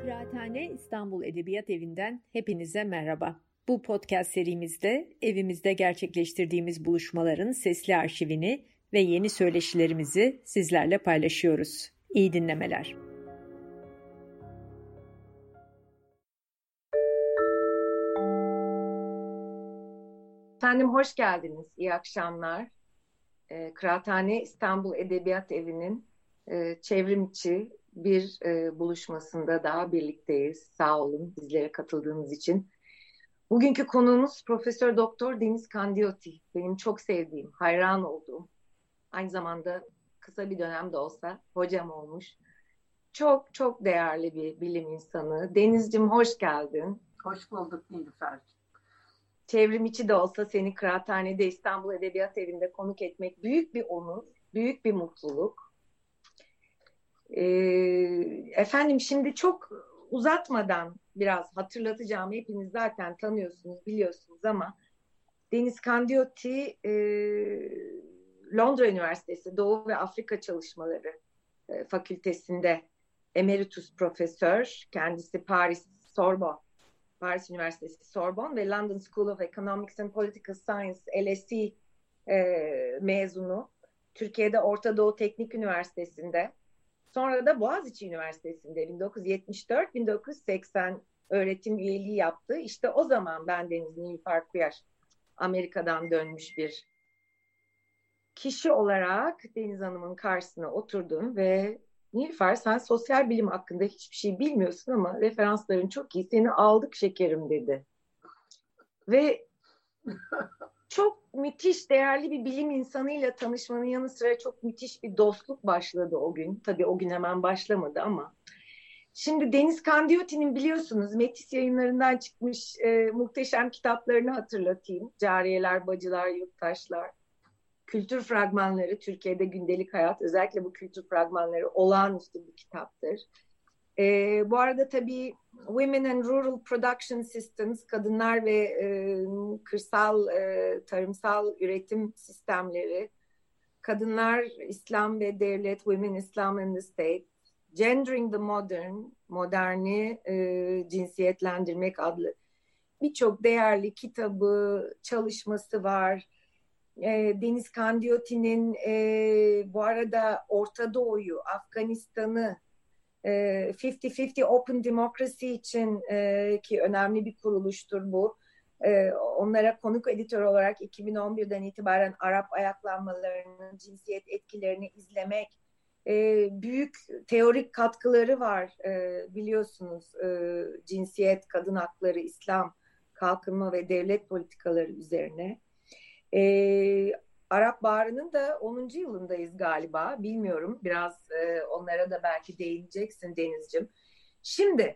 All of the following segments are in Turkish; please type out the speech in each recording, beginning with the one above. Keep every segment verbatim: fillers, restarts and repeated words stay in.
Kıraathane İstanbul Edebiyat Evi'nden hepinize merhaba. Bu podcast serimizde evimizde gerçekleştirdiğimiz buluşmaların sesli arşivini ve yeni söyleşilerimizi sizlerle paylaşıyoruz. İyi dinlemeler. Efendim hoş geldiniz. İyi akşamlar. E, Kıraathane İstanbul Edebiyat Evi'nin e, çevrim içi bir e, buluşmasında daha birlikteyiz. Sağ olun bizlere katıldığınız için. Bugünkü konuğumuz Profesör Doktor Deniz Candioti. Benim çok sevdiğim, hayran olduğum, aynı zamanda kısa bir dönem de olsa hocam olmuş. Çok çok değerli bir bilim insanı. Denizciğim hoş geldin. Hoş bulduk Nilüfer. Çevrim içi de olsa seni Kıraathane'de İstanbul Edebiyat Evi'nde konuk etmek büyük bir onur, büyük bir mutluluk. Ee, efendim şimdi çok uzatmadan biraz hatırlatacağım. Hepiniz zaten tanıyorsunuz, biliyorsunuz ama Deniz Candioti e, Londra Üniversitesi Doğu ve Afrika Çalışmaları e, Fakültesinde emeritus profesör. Kendisi Paris Sorbonne Paris Üniversitesi Sorbonne ve London School of Economics and Political Science L S E e, mezunu. Türkiye'de Orta Doğu Teknik Üniversitesi'nde, sonra da Boğaziçi Üniversitesi'nde bin dokuz yüz yetmiş dört bin dokuz yüz seksen öğretim üyeliği yaptı. İşte o zaman ben Deniz Nilüfer Kuyar, Amerika'dan dönmüş bir kişi olarak Deniz Hanım'ın karşısına oturdum ve Nilüfer, sen sosyal bilim hakkında hiçbir şey bilmiyorsun ama referansların çok iyi, seni aldık şekerim dedi. Ve çok müthiş, değerli bir bilim insanıyla tanışmanın yanı sıra çok müthiş bir dostluk başladı o gün. Tabii o gün hemen başlamadı ama. Şimdi Deniz Candioti'nin biliyorsunuz Metis Yayınları'ndan çıkmış e, muhteşem kitaplarını hatırlatayım. Cariyeler, Bacılar, Yurttaşlar. Kültür fragmanları, Türkiye'de gündelik hayat, özellikle bu kültür fragmanları olağanüstü bir kitaptır. Ee, bu arada tabii Women and Rural Production Systems, kadınlar ve e, kırsal e, tarımsal üretim sistemleri, kadınlar, İslam ve devlet, Women, Islam and the State, Gendering the Modern, moderni e, cinsiyetlendirmek adlı birçok değerli kitabı, çalışması var. Deniz Candioti'nin e, bu arada Orta Doğu'yu, Afganistan'ı e, elli elli Open Democracy için e, ki önemli bir kuruluştur bu. E, onlara konuk editör olarak iki bin on birden itibaren Arap ayaklanmalarının cinsiyet etkilerini izlemek, e, büyük teorik katkıları var e, biliyorsunuz. E, cinsiyet, kadın hakları, İslam, kalkınma ve devlet politikaları üzerine. Ee, Arap Baharı'nın da onuncu yılındayız galiba. Bilmiyorum. Biraz e, onlara da belki değineceksin Denizciğim. Şimdi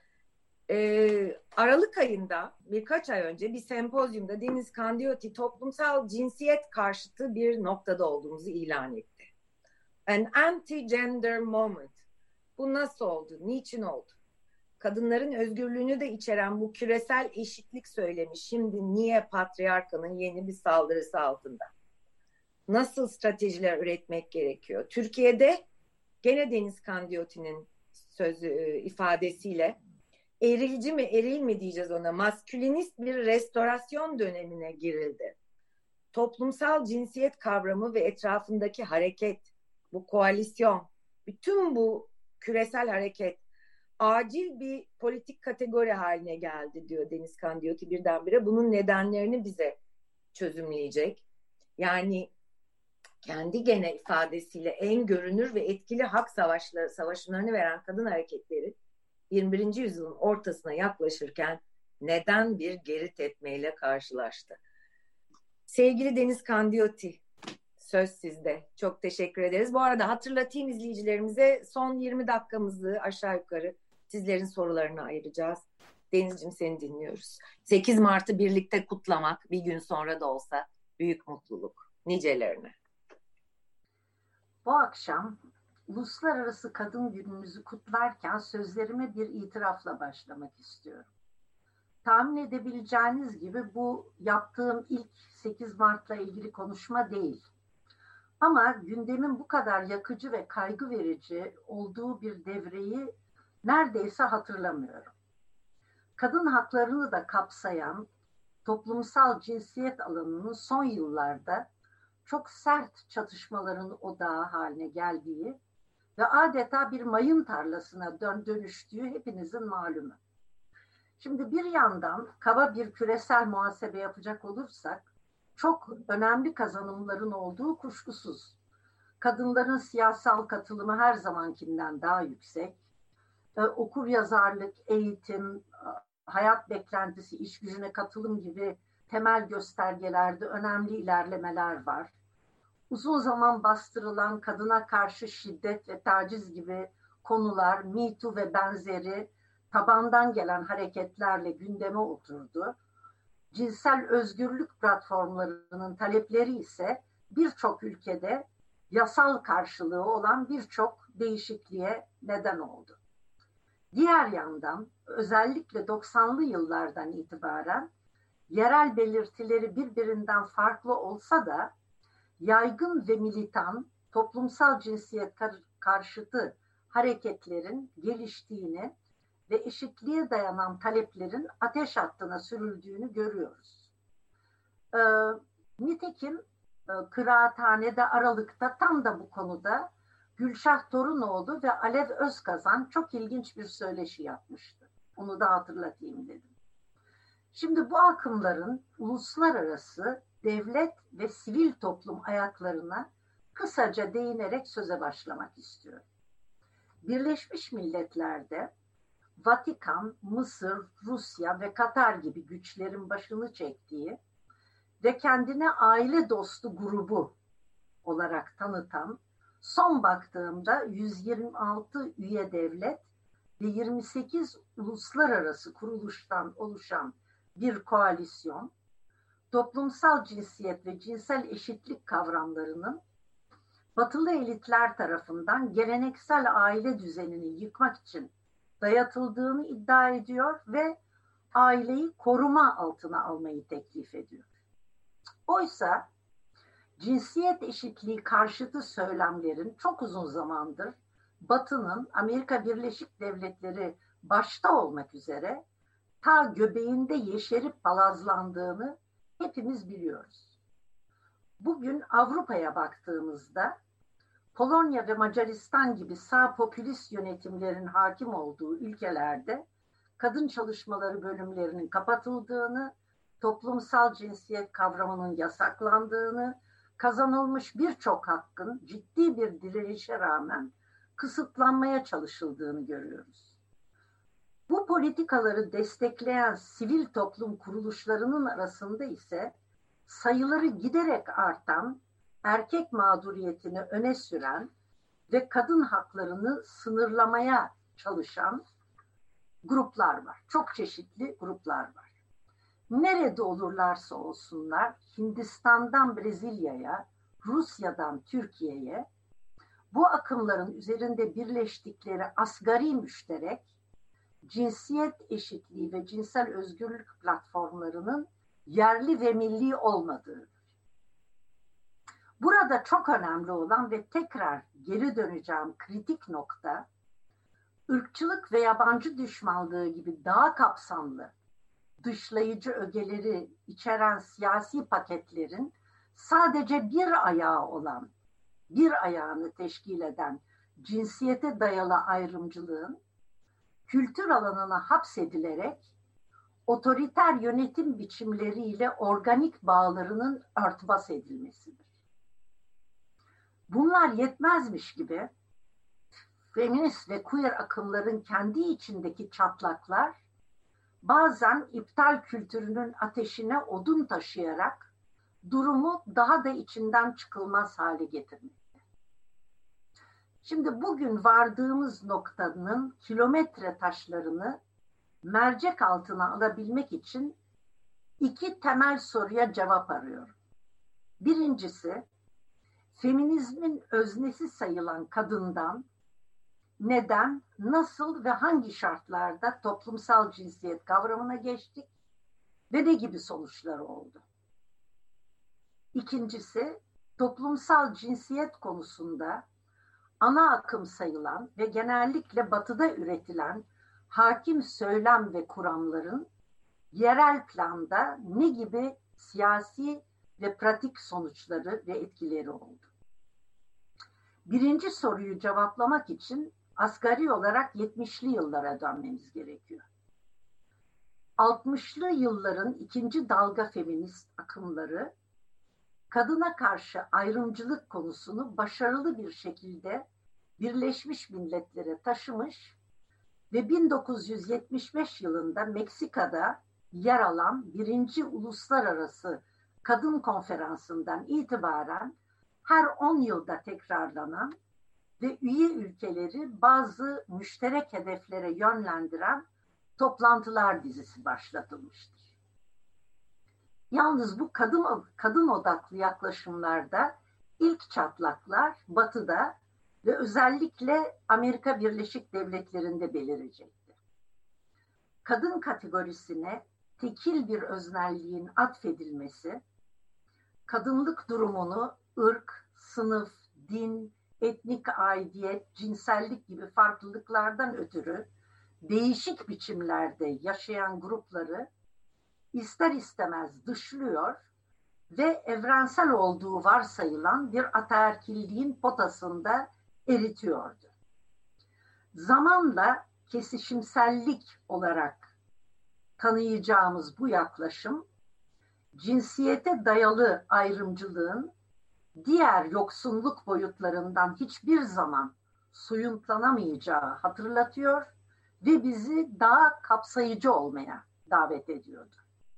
e, Aralık ayında birkaç ay önce bir sempozyumda Deniz Candioti toplumsal cinsiyet karşıtı bir noktada olduğumuzu ilan etti. An anti-gender moment. Bu nasıl oldu? Niçin oldu? Kadınların özgürlüğünü de içeren bu küresel eşitlik söylemi şimdi niye patriarkanın yeni bir saldırısı altında? Nasıl stratejiler üretmek gerekiyor? Türkiye'de gene Deniz Candioti'nin sözü ifadesiyle erilci mi eril mi diyeceğiz ona, maskülinist bir restorasyon dönemine girildi. Toplumsal cinsiyet kavramı ve etrafındaki hareket, bu koalisyon, bütün bu küresel hareket acil bir politik kategori haline geldi diyor Deniz Candioti birdenbire. Bunun nedenlerini bize çözümleyecek. Yani kendi gene ifadesiyle en görünür ve etkili hak savaşları, savaşlarını veren kadın hareketleri yirmi birinci yüzyılın ortasına yaklaşırken neden bir geri tepmeyle karşılaştı? Sevgili Deniz Candioti, söz sizde. Çok teşekkür ederiz. Bu arada hatırlatayım izleyicilerimize, son yirmi dakikamızı aşağı yukarı sizlerin sorularına ayıracağız. Denizciğim, seni dinliyoruz. sekiz Mart'ı birlikte kutlamak, bir gün sonra da olsa, büyük mutluluk. Nicelerine. Bu akşam Uluslararası Kadın Günümüzü kutlarken sözlerime bir itirafla başlamak istiyorum. Tahmin edebileceğiniz gibi bu yaptığım ilk sekiz Mart'la ilgili konuşma değil. Ama gündemin bu kadar yakıcı ve kaygı verici olduğu bir devreyi neredeyse hatırlamıyorum. Kadın haklarını da kapsayan toplumsal cinsiyet alanının son yıllarda çok sert çatışmaların odağı haline geldiği ve adeta bir mayın tarlasına dön dönüştüğü hepinizin malumu. Şimdi bir yandan kaba bir küresel muhasebe yapacak olursak çok önemli kazanımların olduğu kuşkusuz. Kadınların siyasal katılımı her zamankinden daha yüksek. Ee, okur yazarlık, eğitim, hayat beklentisi, iş gücüne katılım gibi temel göstergelerde önemli ilerlemeler var. Uzun zaman bastırılan kadına karşı şiddet ve taciz gibi konular, Me Too ve benzeri tabandan gelen hareketlerle gündeme oturdu. Cinsel özgürlük platformlarının talepleri ise birçok ülkede yasal karşılığı olan birçok değişikliğe neden oldu. Diğer yandan özellikle doksanlı yıllardan itibaren yerel belirtileri birbirinden farklı olsa da yaygın ve militan toplumsal cinsiyet karşıtı hareketlerin geliştiğini ve eşitliğe dayanan taleplerin ateş hattına sürüldüğünü görüyoruz. Ee, nitekim e, Kıraathane'de Aralık'ta tam da bu konuda Gülşah Torunoğlu ve Alev Özkazan çok ilginç bir söyleşi yapmıştı. Onu da hatırlatayım dedim. Şimdi bu akımların uluslararası devlet ve sivil toplum ayaklarına kısaca değinerek söze başlamak istiyorum. Birleşmiş Milletler'de Vatikan, Mısır, Rusya ve Katar gibi güçlerin başını çektiği ve kendine aile dostu grubu olarak tanıtan, son baktığımda yüz yirmi altı üye devlet ve yirmi sekiz uluslararası kuruluştan oluşan bir koalisyon, toplumsal cinsiyet ve cinsel eşitlik kavramlarının batılı elitler tarafından geleneksel aile düzenini yıkmak için dayatıldığını iddia ediyor ve aileyi koruma altına almayı teklif ediyor. Oysa cinsiyet eşitliği karşıtı söylemlerin çok uzun zamandır Batı'nın Amerika Birleşik Devletleri başta olmak üzere ta göbeğinde yeşerip palazlandığını hepimiz biliyoruz. Bugün Avrupa'ya baktığımızda Polonya ve Macaristan gibi sağ popülist yönetimlerin hakim olduğu ülkelerde kadın çalışmaları bölümlerinin kapatıldığını, toplumsal cinsiyet kavramının yasaklandığını, kazanılmış birçok hakkın ciddi bir direnişe rağmen kısıtlanmaya çalışıldığını görüyoruz. Bu politikaları destekleyen sivil toplum kuruluşlarının arasında ise sayıları giderek artan, erkek mağduriyetini öne süren ve kadın haklarını sınırlamaya çalışan gruplar var. Çok çeşitli gruplar var. Nerede olurlarsa olsunlar, Hindistan'dan Brezilya'ya, Rusya'dan Türkiye'ye, bu akımların üzerinde birleştikleri asgari müşterek, cinsiyet eşitliği ve cinsel özgürlük platformlarının yerli ve milli olmadığıdır. Burada çok önemli olan ve tekrar geri döneceğim kritik nokta, ırkçılık ve yabancı düşmanlığı gibi daha kapsamlı, dışlayıcı ögeleri içeren siyasi paketlerin sadece bir ayağı olan, bir ayağını teşkil eden cinsiyete dayalı ayrımcılığın kültür alanına hapsedilerek otoriter yönetim biçimleriyle organik bağlarının örtbas edilmesidir. Bunlar yetmezmiş gibi feminist ve queer akımların kendi içindeki çatlaklar bazen iptal kültürünün ateşine odun taşıyarak durumu daha da içinden çıkılmaz hale getirmekte. Şimdi bugün vardığımız noktanın kilometre taşlarını mercek altına alabilmek için iki temel soruya cevap arıyorum. Birincisi, feminizmin öznesi sayılan kadından neden, nasıl ve hangi şartlarda toplumsal cinsiyet kavramına geçtik ve ne gibi sonuçları oldu? İkincisi, toplumsal cinsiyet konusunda ana akım sayılan ve genellikle batıda üretilen hakim söylem ve kuramların yerel planda ne gibi siyasi ve pratik sonuçları ve etkileri oldu? Birinci soruyu cevaplamak için asgari olarak yetmişli yıllara dönmemiz gerekiyor. altmışlı yılların ikinci dalga feminist akımları kadına karşı ayrımcılık konusunu başarılı bir şekilde Birleşmiş Milletler'e taşımış ve bin dokuz yüz yetmiş beş yılında Meksika'da yer alan birinci Uluslararası Kadın Konferansı'ndan itibaren her on yılda tekrarlanan ve üye ülkeleri bazı müşterek hedeflere yönlendiren toplantılar dizisi başlatılmıştır. Yalnız bu kadın, kadın odaklı yaklaşımlarda ilk çatlaklar Batı'da ve özellikle Amerika Birleşik Devletleri'nde belirecekti. Kadın kategorisine tekil bir öznelliğin atfedilmesi, kadınlık durumunu ırk, sınıf, din, etnik aidiyet, cinsellik gibi farklılıklardan ötürü değişik biçimlerde yaşayan grupları ister istemez dışlıyor ve evrensel olduğu varsayılan bir ataerkilliğin potasında eritiyordu. Zamanla kesişimsellik olarak tanıyacağımız bu yaklaşım, cinsiyete dayalı ayrımcılığın diğer yoksunluk boyutlarından hiçbir zaman soyutlanamayacağı hatırlatıyor ve bizi daha kapsayıcı olmaya davet ediyordu.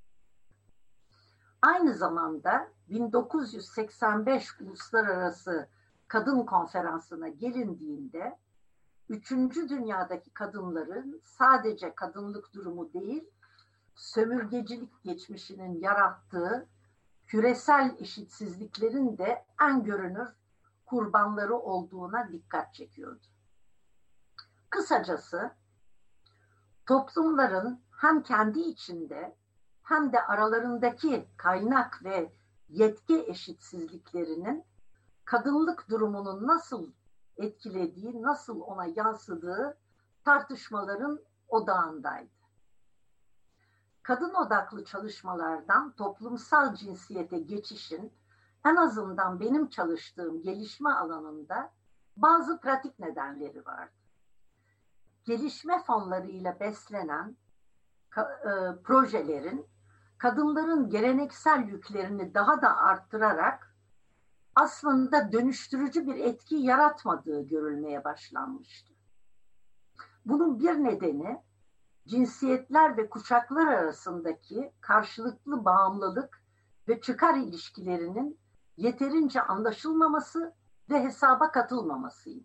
Aynı zamanda bin dokuz yüz seksen beş Uluslararası Kadın Konferansı'na gelindiğinde üçüncü dünyadaki kadınların sadece kadınlık durumu değil, sömürgecilik geçmişinin yarattığı küresel eşitsizliklerin de en görünür kurbanları olduğuna dikkat çekiyordu. Kısacası toplumların hem kendi içinde hem de aralarındaki kaynak ve yetki eşitsizliklerinin kadınlık durumunu nasıl etkilediği, nasıl ona yansıdığı tartışmaların odağındaydı. Kadın odaklı çalışmalardan toplumsal cinsiyete geçişin en azından benim çalıştığım gelişme alanında bazı pratik nedenleri vardı. Gelişme fonlarıyla beslenen ka- e, projelerin kadınların geleneksel yüklerini daha da arttırarak aslında dönüştürücü bir etki yaratmadığı görülmeye başlanmıştı. Bunun bir nedeni cinsiyetler ve kuşaklar arasındaki karşılıklı bağımlılık ve çıkar ilişkilerinin yeterince anlaşılmaması ve hesaba katılmamasıydı.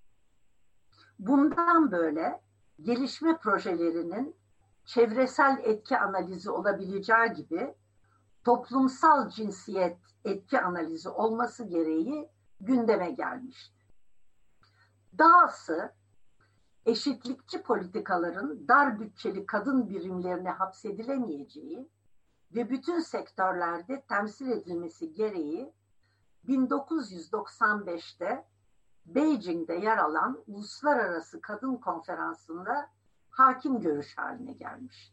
Bundan böyle gelişme projelerinin çevresel etki analizi olabileceği gibi toplumsal cinsiyet etki analizi olması gereği gündeme gelmişti. Dahası eşitlikçi politikaların dar bütçeli kadın birimlerine hapsedilemeyeceği ve bütün sektörlerde temsil edilmesi gereği bin dokuz yüz doksan beşte Beijing'de yer alan Uluslararası Kadın Konferansı'nda hakim görüş haline gelmişti.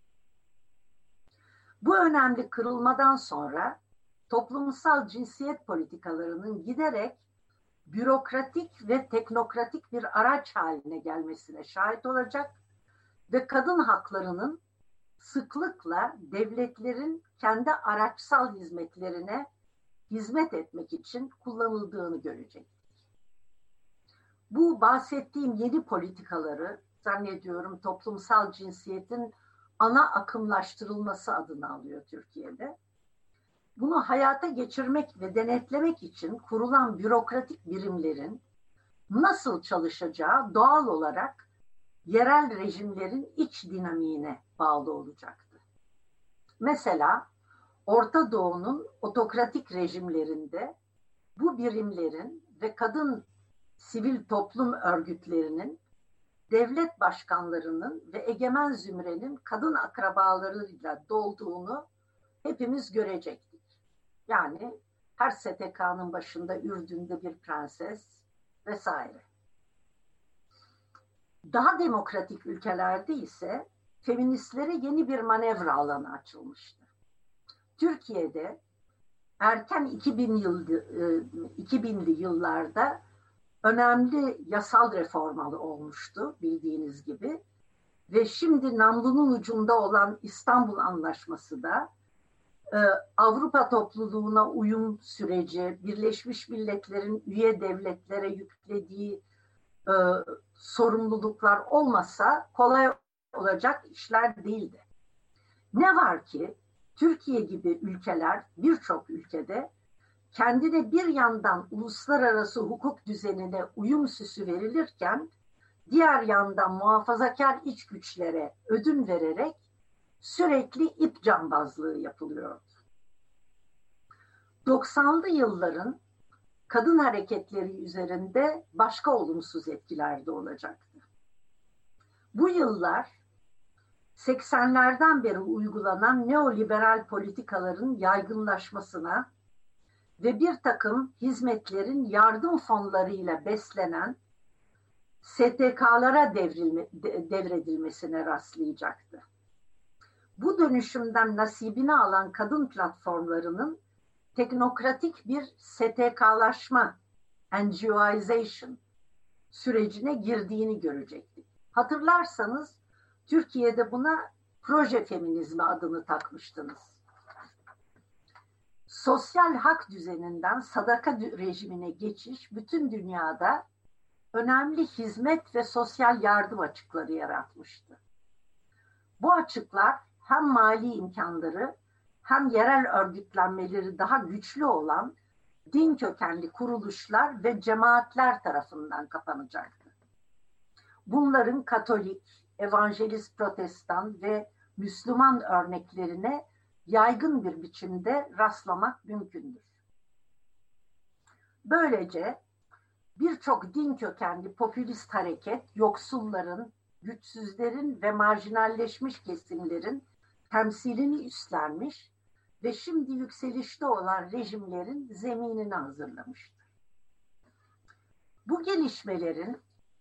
Bu önemli kırılmadan sonra toplumsal cinsiyet politikalarının giderek bürokratik ve teknokratik bir araç haline gelmesine şahit olacak ve kadın haklarının sıklıkla devletlerin kendi araçsal hizmetlerine hizmet etmek için kullanıldığını görecektik. Bu bahsettiğim yeni politikaları zannediyorum toplumsal cinsiyetin ana akımlaştırılması adını alıyor Türkiye'de. Bunu hayata geçirmek ve denetlemek için kurulan bürokratik birimlerin nasıl çalışacağı doğal olarak yerel rejimlerin iç dinamiğine bağlı olacaktı. Mesela Orta Doğu'nun otokratik rejimlerinde bu birimlerin ve kadın sivil toplum örgütlerinin, devlet başkanlarının ve egemen zümrenin kadın akrabalarıyla dolduğunu hepimiz görecektik. Yani her S T K'nın başında Ürdün'de bir prenses, vesaire. Daha demokratik ülkelerde ise feministlere yeni bir manevra alanı açılmıştı. Türkiye'de erken iki bin yıl, iki binli yıllarda önemli yasal reformalı olmuştu bildiğiniz gibi ve şimdi namlunun ucunda olan İstanbul Anlaşması da Avrupa topluluğuna uyum süreci, Birleşmiş Milletler'in üye devletlere yüklediği e, sorumluluklar olmasa kolay olacak işler değildi. Ne var ki Türkiye gibi ülkeler birçok ülkede kendine bir yandan uluslararası hukuk düzenine uyum süsü verilirken diğer yandan muhafazakar iç güçlere ödün vererek sürekli ip cambazlığı yapılıyordu. doksanlı yılların kadın hareketleri üzerinde başka olumsuz etkiler de olacaktı. Bu yıllar seksenlerden beri uygulanan neoliberal politikaların yaygınlaşmasına ve bir takım hizmetlerin yardım fonlarıyla beslenen S T K'lara devrilme, devredilmesine rastlayacaktı. Bu dönüşümden nasibini alan kadın platformlarının teknokratik bir S T K'laşma, N G O'ization sürecine girdiğini görecektik. Hatırlarsanız Türkiye'de buna proje feminizmi adını takmıştınız. Sosyal hak düzeninden sadaka rejimine geçiş bütün dünyada önemli hizmet ve sosyal yardım açıkları yaratmıştı. Bu açıklar hem mali imkanları hem yerel örgütlenmeleri daha güçlü olan din kökenli kuruluşlar ve cemaatler tarafından kapanacaktı. Bunların Katolik, Evangelist Protestan ve Müslüman örneklerine yaygın bir biçimde rastlamak mümkündür. Böylece birçok din kökenli popülist hareket yoksulların, güçsüzlerin ve marjinalleşmiş kesimlerin temsilini üstlenmiş ve şimdi yükselişte olan rejimlerin zeminini hazırlamıştır. Bu gelişmelerin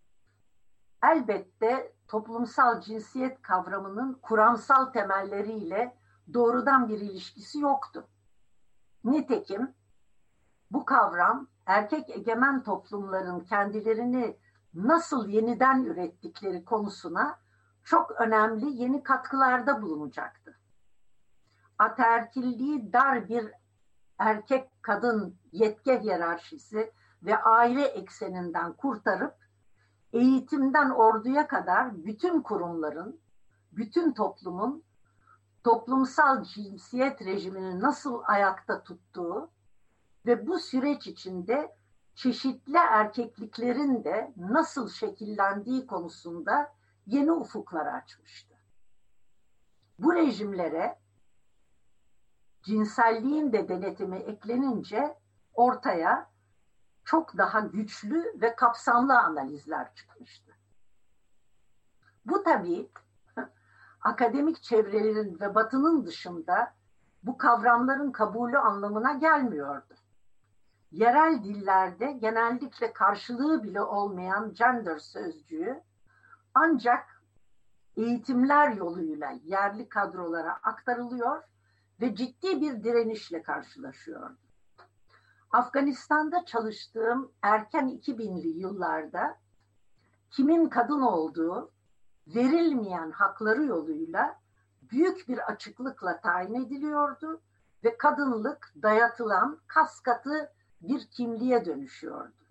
elbette toplumsal cinsiyet kavramının kuramsal temelleriyle doğrudan bir ilişkisi yoktu. Nitekim bu kavram erkek egemen toplumların kendilerini nasıl yeniden ürettikleri konusuna çok önemli yeni katkılarda bulunacaktı. Ataerkilliği dar bir erkek-kadın yetki hiyerarşisi ve aile ekseninden kurtarıp eğitimden orduya kadar bütün kurumların, bütün toplumun toplumsal cinsiyet rejimini nasıl ayakta tuttuğu ve bu süreç içinde çeşitli erkekliklerin de nasıl şekillendiği konusunda yeni ufuklar açmıştı. Bu rejimlere cinselliğin de denetimi eklenince ortaya çok daha güçlü ve kapsamlı analizler çıkmıştı. Bu tabii akademik çevrelerin ve Batı'nın dışında bu kavramların kabulü anlamına gelmiyordu. Yerel dillerde genellikle karşılığı bile olmayan gender sözcüğü ancak eğitimler yoluyla yerli kadrolara aktarılıyor ve ciddi bir direnişle karşılaşıyordu. Afganistan'da çalıştığım erken iki binli yıllarda kimin kadın olduğu verilmeyen hakları yoluyla büyük bir açıklıkla tayin ediliyordu ve kadınlık dayatılan kaskatı bir kimliğe dönüşüyordu.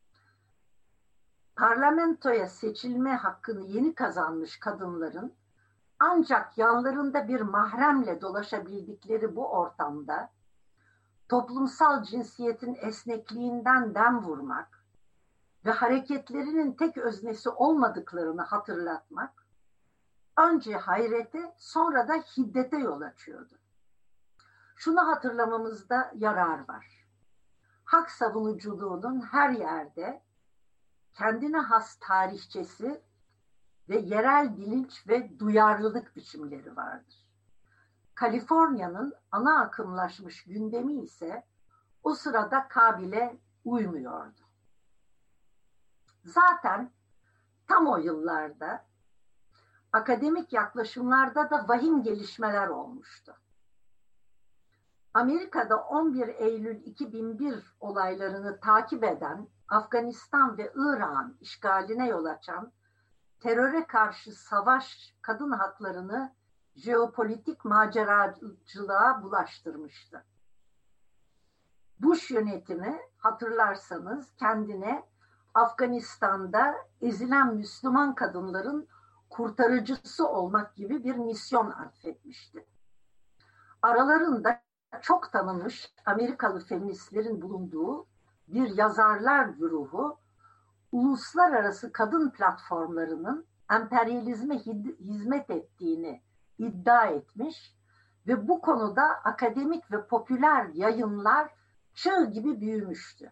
Parlamentoya seçilme hakkını yeni kazanmış kadınların ancak yanlarında bir mahremle dolaşabildikleri bu ortamda toplumsal cinsiyetin esnekliğinden dem vurmak ve hareketlerinin tek öznesi olmadıklarını hatırlatmak önce hayrete sonra da hiddete yol açıyordu. Şunu hatırlamamızda yarar var. Hak savunuculuğunun her yerde kendine has tarihçesi ve yerel bilinç ve duyarlılık biçimleri vardır. Kaliforniya'nın ana akımlaşmış gündemi ise o sırada Kabil'e uymuyordu. Zaten tam o yıllarda akademik yaklaşımlarda da vahim gelişmeler olmuştu. Amerika'da on bir Eylül iki bin bir olaylarını takip eden, Afganistan ve Irak'ın işgaline yol açan teröre karşı savaş kadın haklarını jeopolitik maceracılığa bulaştırmıştı. Bush yönetimi hatırlarsanız kendine Afganistan'da ezilen Müslüman kadınların kurtarıcısı olmak gibi bir misyon atfetmişti. Aralarında çok tanınmış Amerikalı feministlerin bulunduğu bir yazarlar güruhu, uluslararası kadın platformlarının emperyalizme hizmet ettiğini iddia etmiş ve bu konuda akademik ve popüler yayınlar çığ gibi büyümüştü.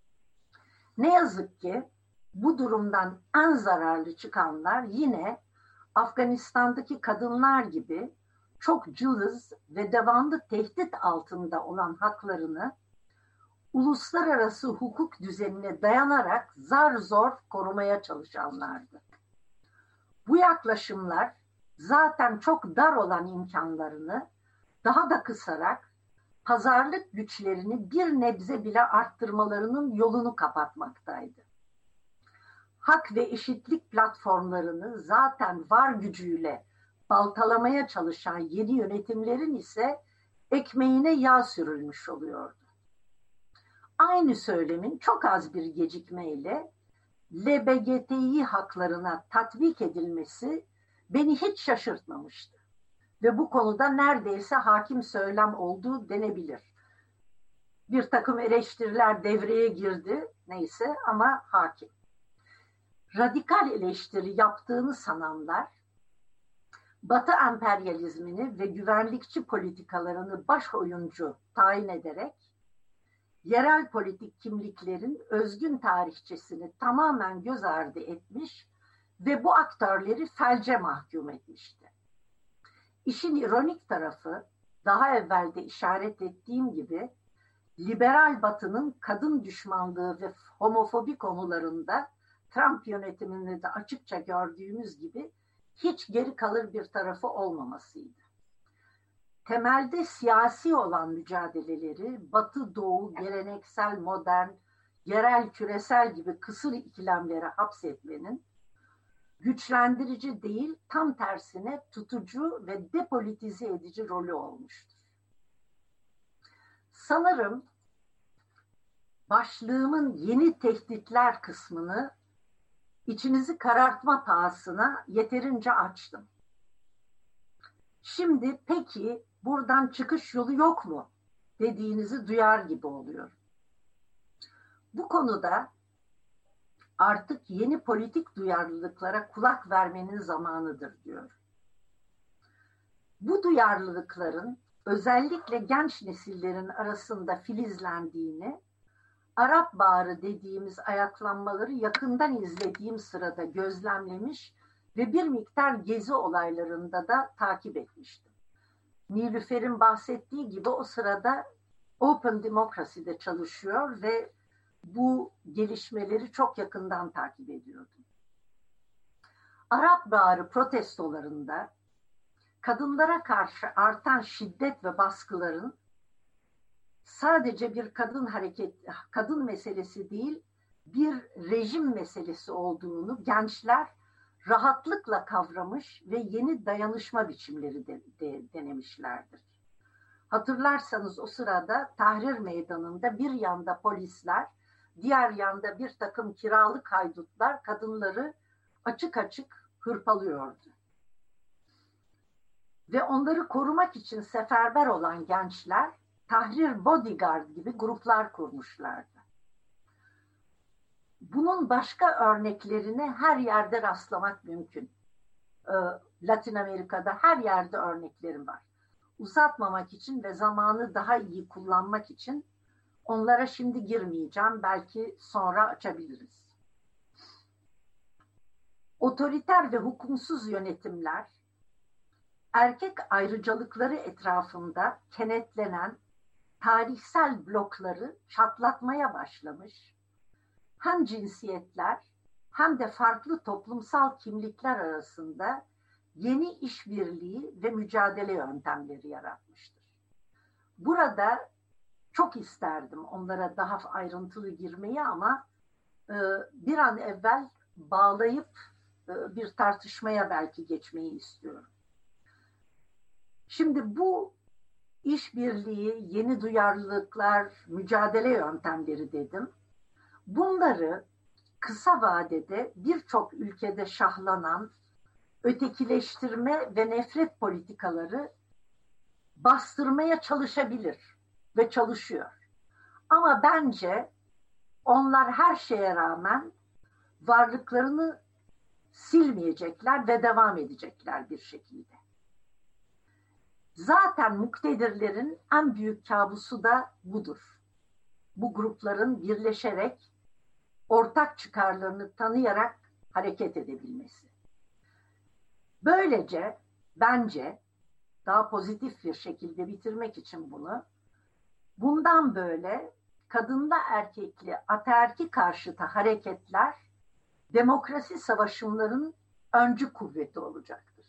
Ne yazık ki bu durumdan en zararlı çıkanlar yine Afganistan'daki kadınlar gibi çok cılız ve devamlı tehdit altında olan haklarını uluslararası hukuk düzenine dayanarak zar zor korumaya çalışanlardı. Bu yaklaşımlar zaten çok dar olan imkanlarını daha da kısarak pazarlık güçlerini bir nebze bile arttırmalarının yolunu kapatmaktaydı. Hak ve eşitlik platformlarını zaten var gücüyle baltalamaya çalışan yeni yönetimlerin ise ekmeğine yağ sürülmüş oluyordu. Aynı söylemin çok az bir gecikmeyle L G B T İ haklarına tatbik edilmesi beni hiç şaşırtmamıştı. Ve bu konuda neredeyse hakim söylem olduğu denebilir. Bir takım eleştiriler devreye girdi neyse ama hakim. Radikal eleştiri yaptığını sananlar, Batı emperyalizmini ve güvenlikçi politikalarını baş oyuncu tayin ederek, yerel politik kimliklerin özgün tarihçesini tamamen göz ardı etmiş ve bu aktörleri felce mahkum etmişti. İşin ironik tarafı, daha evvel de işaret ettiğim gibi, liberal Batı'nın kadın düşmanlığı ve homofobi konularında Trump yönetiminde de açıkça gördüğümüz gibi hiç geri kalır bir tarafı olmamasıydı. Temelde siyasi olan mücadeleleri Batı-Doğu, geleneksel, modern, yerel, küresel gibi kısır ikilemlere hapsetmenin güçlendirici değil, tam tersine tutucu ve depolitize edici rolü olmuştur. Sanırım başlığımın yeni tehditler kısmını içinizi karartma pahasına yeterince açtım. Şimdi peki buradan çıkış yolu yok mu dediğinizi duyar gibi oluyor. Bu konuda artık yeni politik duyarlılıklara kulak vermenin zamanıdır diyor. Bu duyarlılıkların özellikle genç nesillerin arasında filizlendiğini, Arap Baharı dediğimiz ayaklanmaları yakından izlediğim sırada gözlemlemiş ve bir miktar gezi olaylarında da takip etmiştim. Nilüfer'in bahsettiği gibi o sırada Open Democracy'de çalışıyor ve bu gelişmeleri çok yakından takip ediyordum. Arap Baharı protestolarında kadınlara karşı artan şiddet ve baskıların sadece bir kadın hareket, kadın meselesi değil, bir rejim meselesi olduğunu gençler rahatlıkla kavramış ve yeni dayanışma biçimleri de, de, denemişlerdir. Hatırlarsanız o sırada Tahrir Meydanı'nda bir yanda polisler, diğer yanda bir takım kiralık haydutlar kadınları açık açık hırpalıyordu. Ve onları korumak için seferber olan gençler Tahrir Bodyguard gibi gruplar kurmuşlardı. Bunun başka örneklerine her yerde rastlamak mümkün. Ee, Latin Amerika'da her yerde örneklerim var. Uzatmamak için ve zamanı daha iyi kullanmak için onlara şimdi girmeyeceğim. Belki sonra açabiliriz. Otoriter ve hukumsuz yönetimler erkek ayrıcalıkları etrafında kenetlenen tarihsel blokları çatlatmaya başlamış. Hem cinsiyetler hem de farklı toplumsal kimlikler arasında yeni işbirliği ve mücadele yöntemleri yaratmıştır. Burada çok isterdim onlara daha ayrıntılı girmeyi ama e, bir an evvel bağlayıp e, bir tartışmaya belki geçmeyi istiyorum. Şimdi bu işbirliği, yeni duyarlılıklar, mücadele yöntemleri dedim. Bunları kısa vadede birçok ülkede şahlanan ötekileştirme ve nefret politikaları bastırmaya çalışabilir ve çalışıyor. Ama bence onlar her şeye rağmen varlıklarını silmeyecekler ve devam edecekler bir şekilde. Zaten muktedirlerin en büyük kabusu da budur. Bu grupların birleşerek ortak çıkarlarını tanıyarak hareket edebilmesi. Böylece bence daha pozitif bir şekilde bitirmek için bunu, bundan böyle kadınla erkekli, ataerki karşıtı hareketler demokrasi savaşımlarının öncü kuvveti olacaktır.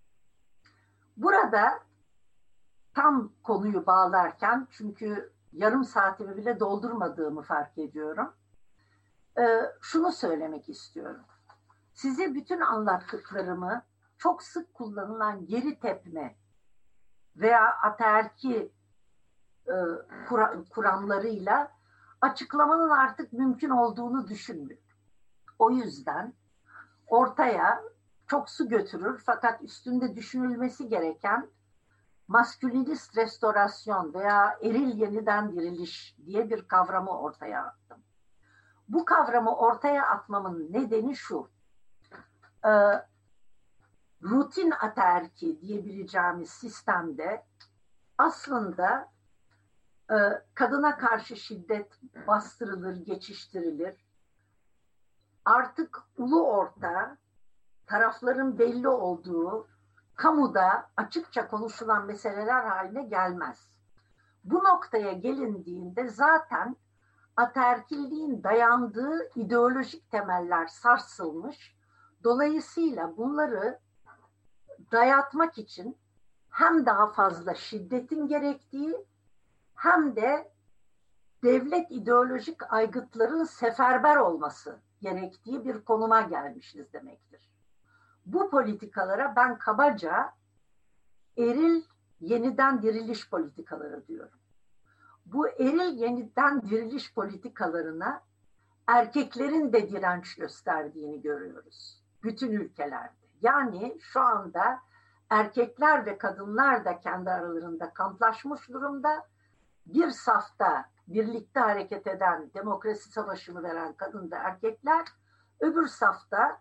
Burada tam konuyu bağlarken, çünkü yarım saatimi bile doldurmadığımı fark ediyorum, ee, şunu söylemek istiyorum. Size bütün anlattıklarımı çok sık kullanılan geri tepme veya ataerki e, kura, kuramlarıyla açıklamanın artık mümkün olduğunu düşünmüyorum. O yüzden ortaya çok su götürür fakat üstünde düşünülmesi gereken maskülinist restorasyon veya eril yeniden diriliş diye bir kavramı ortaya attım. Bu kavramı ortaya atmamın nedeni şu. E, rutin ataerki diyebileceğimiz sistemde aslında e, kadına karşı şiddet bastırılır, geçiştirilir. Artık ulu orta, tarafların belli olduğu, kamuda açıkça konuşulan meseleler haline gelmez. Bu noktaya gelindiğinde zaten ataerkilliğin dayandığı ideolojik temeller sarsılmış. Dolayısıyla bunları dayatmak için hem daha fazla şiddetin gerektiği hem de devlet ideolojik aygıtların seferber olması gerektiği bir konuma gelmişiz demektir. Bu politikalara ben kabaca eril yeniden diriliş politikaları diyorum. Bu eril yeniden diriliş politikalarına erkeklerin de direnç gösterdiğini görüyoruz. Bütün ülkelerde. Yani şu anda erkekler ve kadınlar da kendi aralarında kamplaşmış durumda. Bir safta birlikte hareket eden, demokrasi savaşını veren kadın ve erkekler, öbür safta,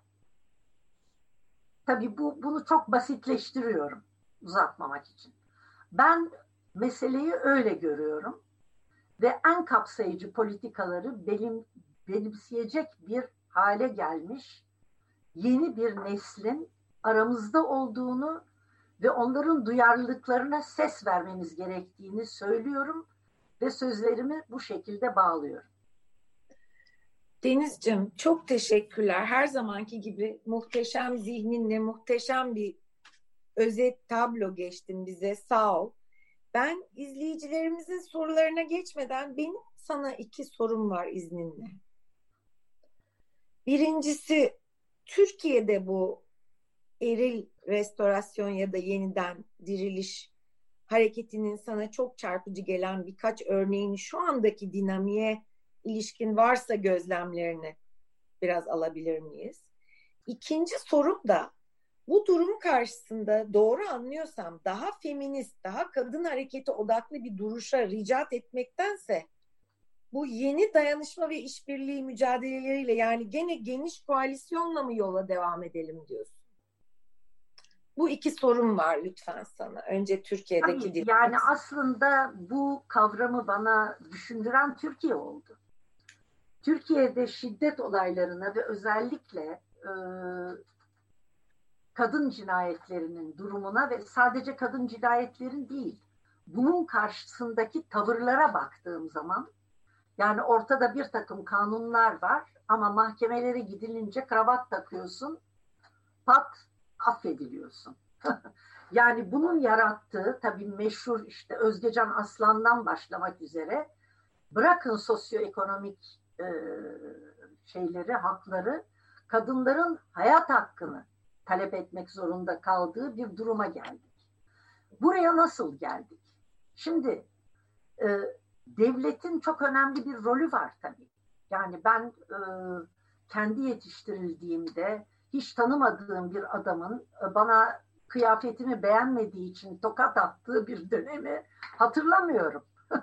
tabii bu, bunu çok basitleştiriyorum uzatmamak için. Ben meseleyi öyle görüyorum ve en kapsayıcı politikaları benim, benimseyecek bir hale gelmiş yeni bir neslin aramızda olduğunu ve onların duyarlılıklarına ses vermemiz gerektiğini söylüyorum ve sözlerimi bu şekilde bağlıyorum. Denizciğim, çok teşekkürler. Her zamanki gibi muhteşem zihninle muhteşem bir özet tablo geçtin bize. Sağ ol. Ben izleyicilerimizin sorularına geçmeden benim sana iki sorum var izninle. Birincisi, Türkiye'de bu eril restorasyon ya da yeniden diriliş hareketinin sana çok çarpıcı gelen birkaç örneğini, şu andaki dinamiğe ilişkin varsa gözlemlerini biraz alabilir miyiz? İkinci sorum da, bu durum karşısında doğru anlıyorsam daha feminist, daha kadın hareketi odaklı bir duruşa ricat etmektense bu yeni dayanışma ve işbirliği mücadeleleriyle, yani gene geniş koalisyonla mı yola devam edelim diyorsun? Bu iki sorum var lütfen sana. Önce Türkiye'deki... Tabii, yani aslında bu kavramı bana düşündüren Türkiye oldu. Türkiye'de şiddet olaylarına ve özellikle e, kadın cinayetlerinin durumuna ve sadece kadın cinayetlerin değil, bunun karşısındaki tavırlara baktığım zaman Yani ortada bir takım kanunlar var ama mahkemelere gidilince kravat takıyorsun, pat affediliyorsun. Yani bunun yarattığı tabii meşhur işte Özgecan Aslan'dan başlamak üzere bırakın sosyoekonomik e, şeyleri, hakları, kadınların hayat hakkını talep etmek zorunda kaldığı bir duruma geldik. Buraya nasıl geldik? Şimdi e, devletin çok önemli bir rolü var tabii. Yani ben e, kendi yetiştirildiğimde hiç tanımadığım bir adamın e, bana kıyafetimi beğenmediği için tokat attığı bir dönemi hatırlamıyorum.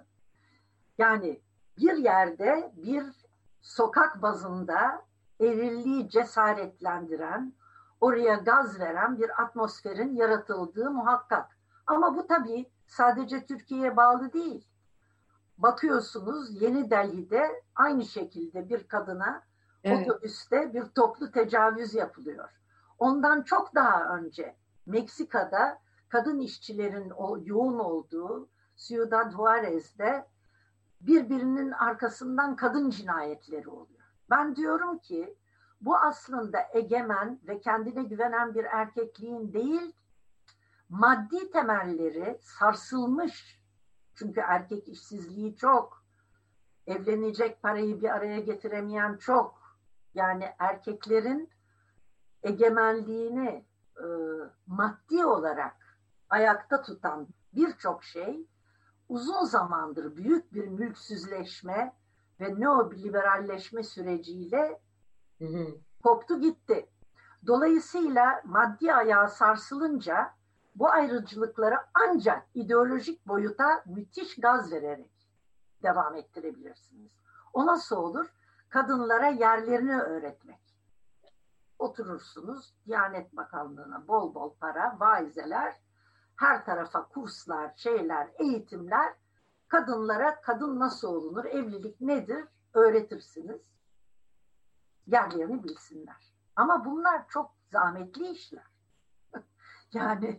Yani bir yerde bir sokak bazında erilliği cesaretlendiren, oraya gaz veren bir atmosferin yaratıldığı muhakkak. Ama bu tabii sadece Türkiye'ye bağlı değil. Bakıyorsunuz Yeni Delhi'de aynı şekilde bir kadına evet. Otobüste bir toplu tecavüz yapılıyor. Ondan çok daha önce Meksika'da kadın işçilerin o yoğun olduğu Ciudad Juárez'de birbirinin arkasından kadın cinayetleri oluyor. Ben diyorum ki bu aslında egemen ve kendine güvenen bir erkekliğin değil, maddi temelleri sarsılmış. Çünkü erkek işsizliği çok, evlenecek parayı bir araya getiremeyen çok. Yani erkeklerin egemenliğini e, maddi olarak ayakta tutan birçok şey uzun zamandır büyük bir mülksüzleşme ve neoliberalleşme süreciyle hı hı. koptu gitti. Dolayısıyla maddi ayağı sarsılınca bu ayrıcalıkları ancak ideolojik boyuta müthiş gaz vererek devam ettirebilirsiniz. O nasıl olur? Kadınlara yerlerini öğretmek. Oturursunuz, Diyanet Bakanlığı'na bol bol para, vaizeler, her tarafa kurslar, şeyler, eğitimler, kadınlara kadın nasıl olunur, evlilik nedir öğretirsiniz. Yerlerini bilsinler. Ama bunlar çok zahmetli işler. Yani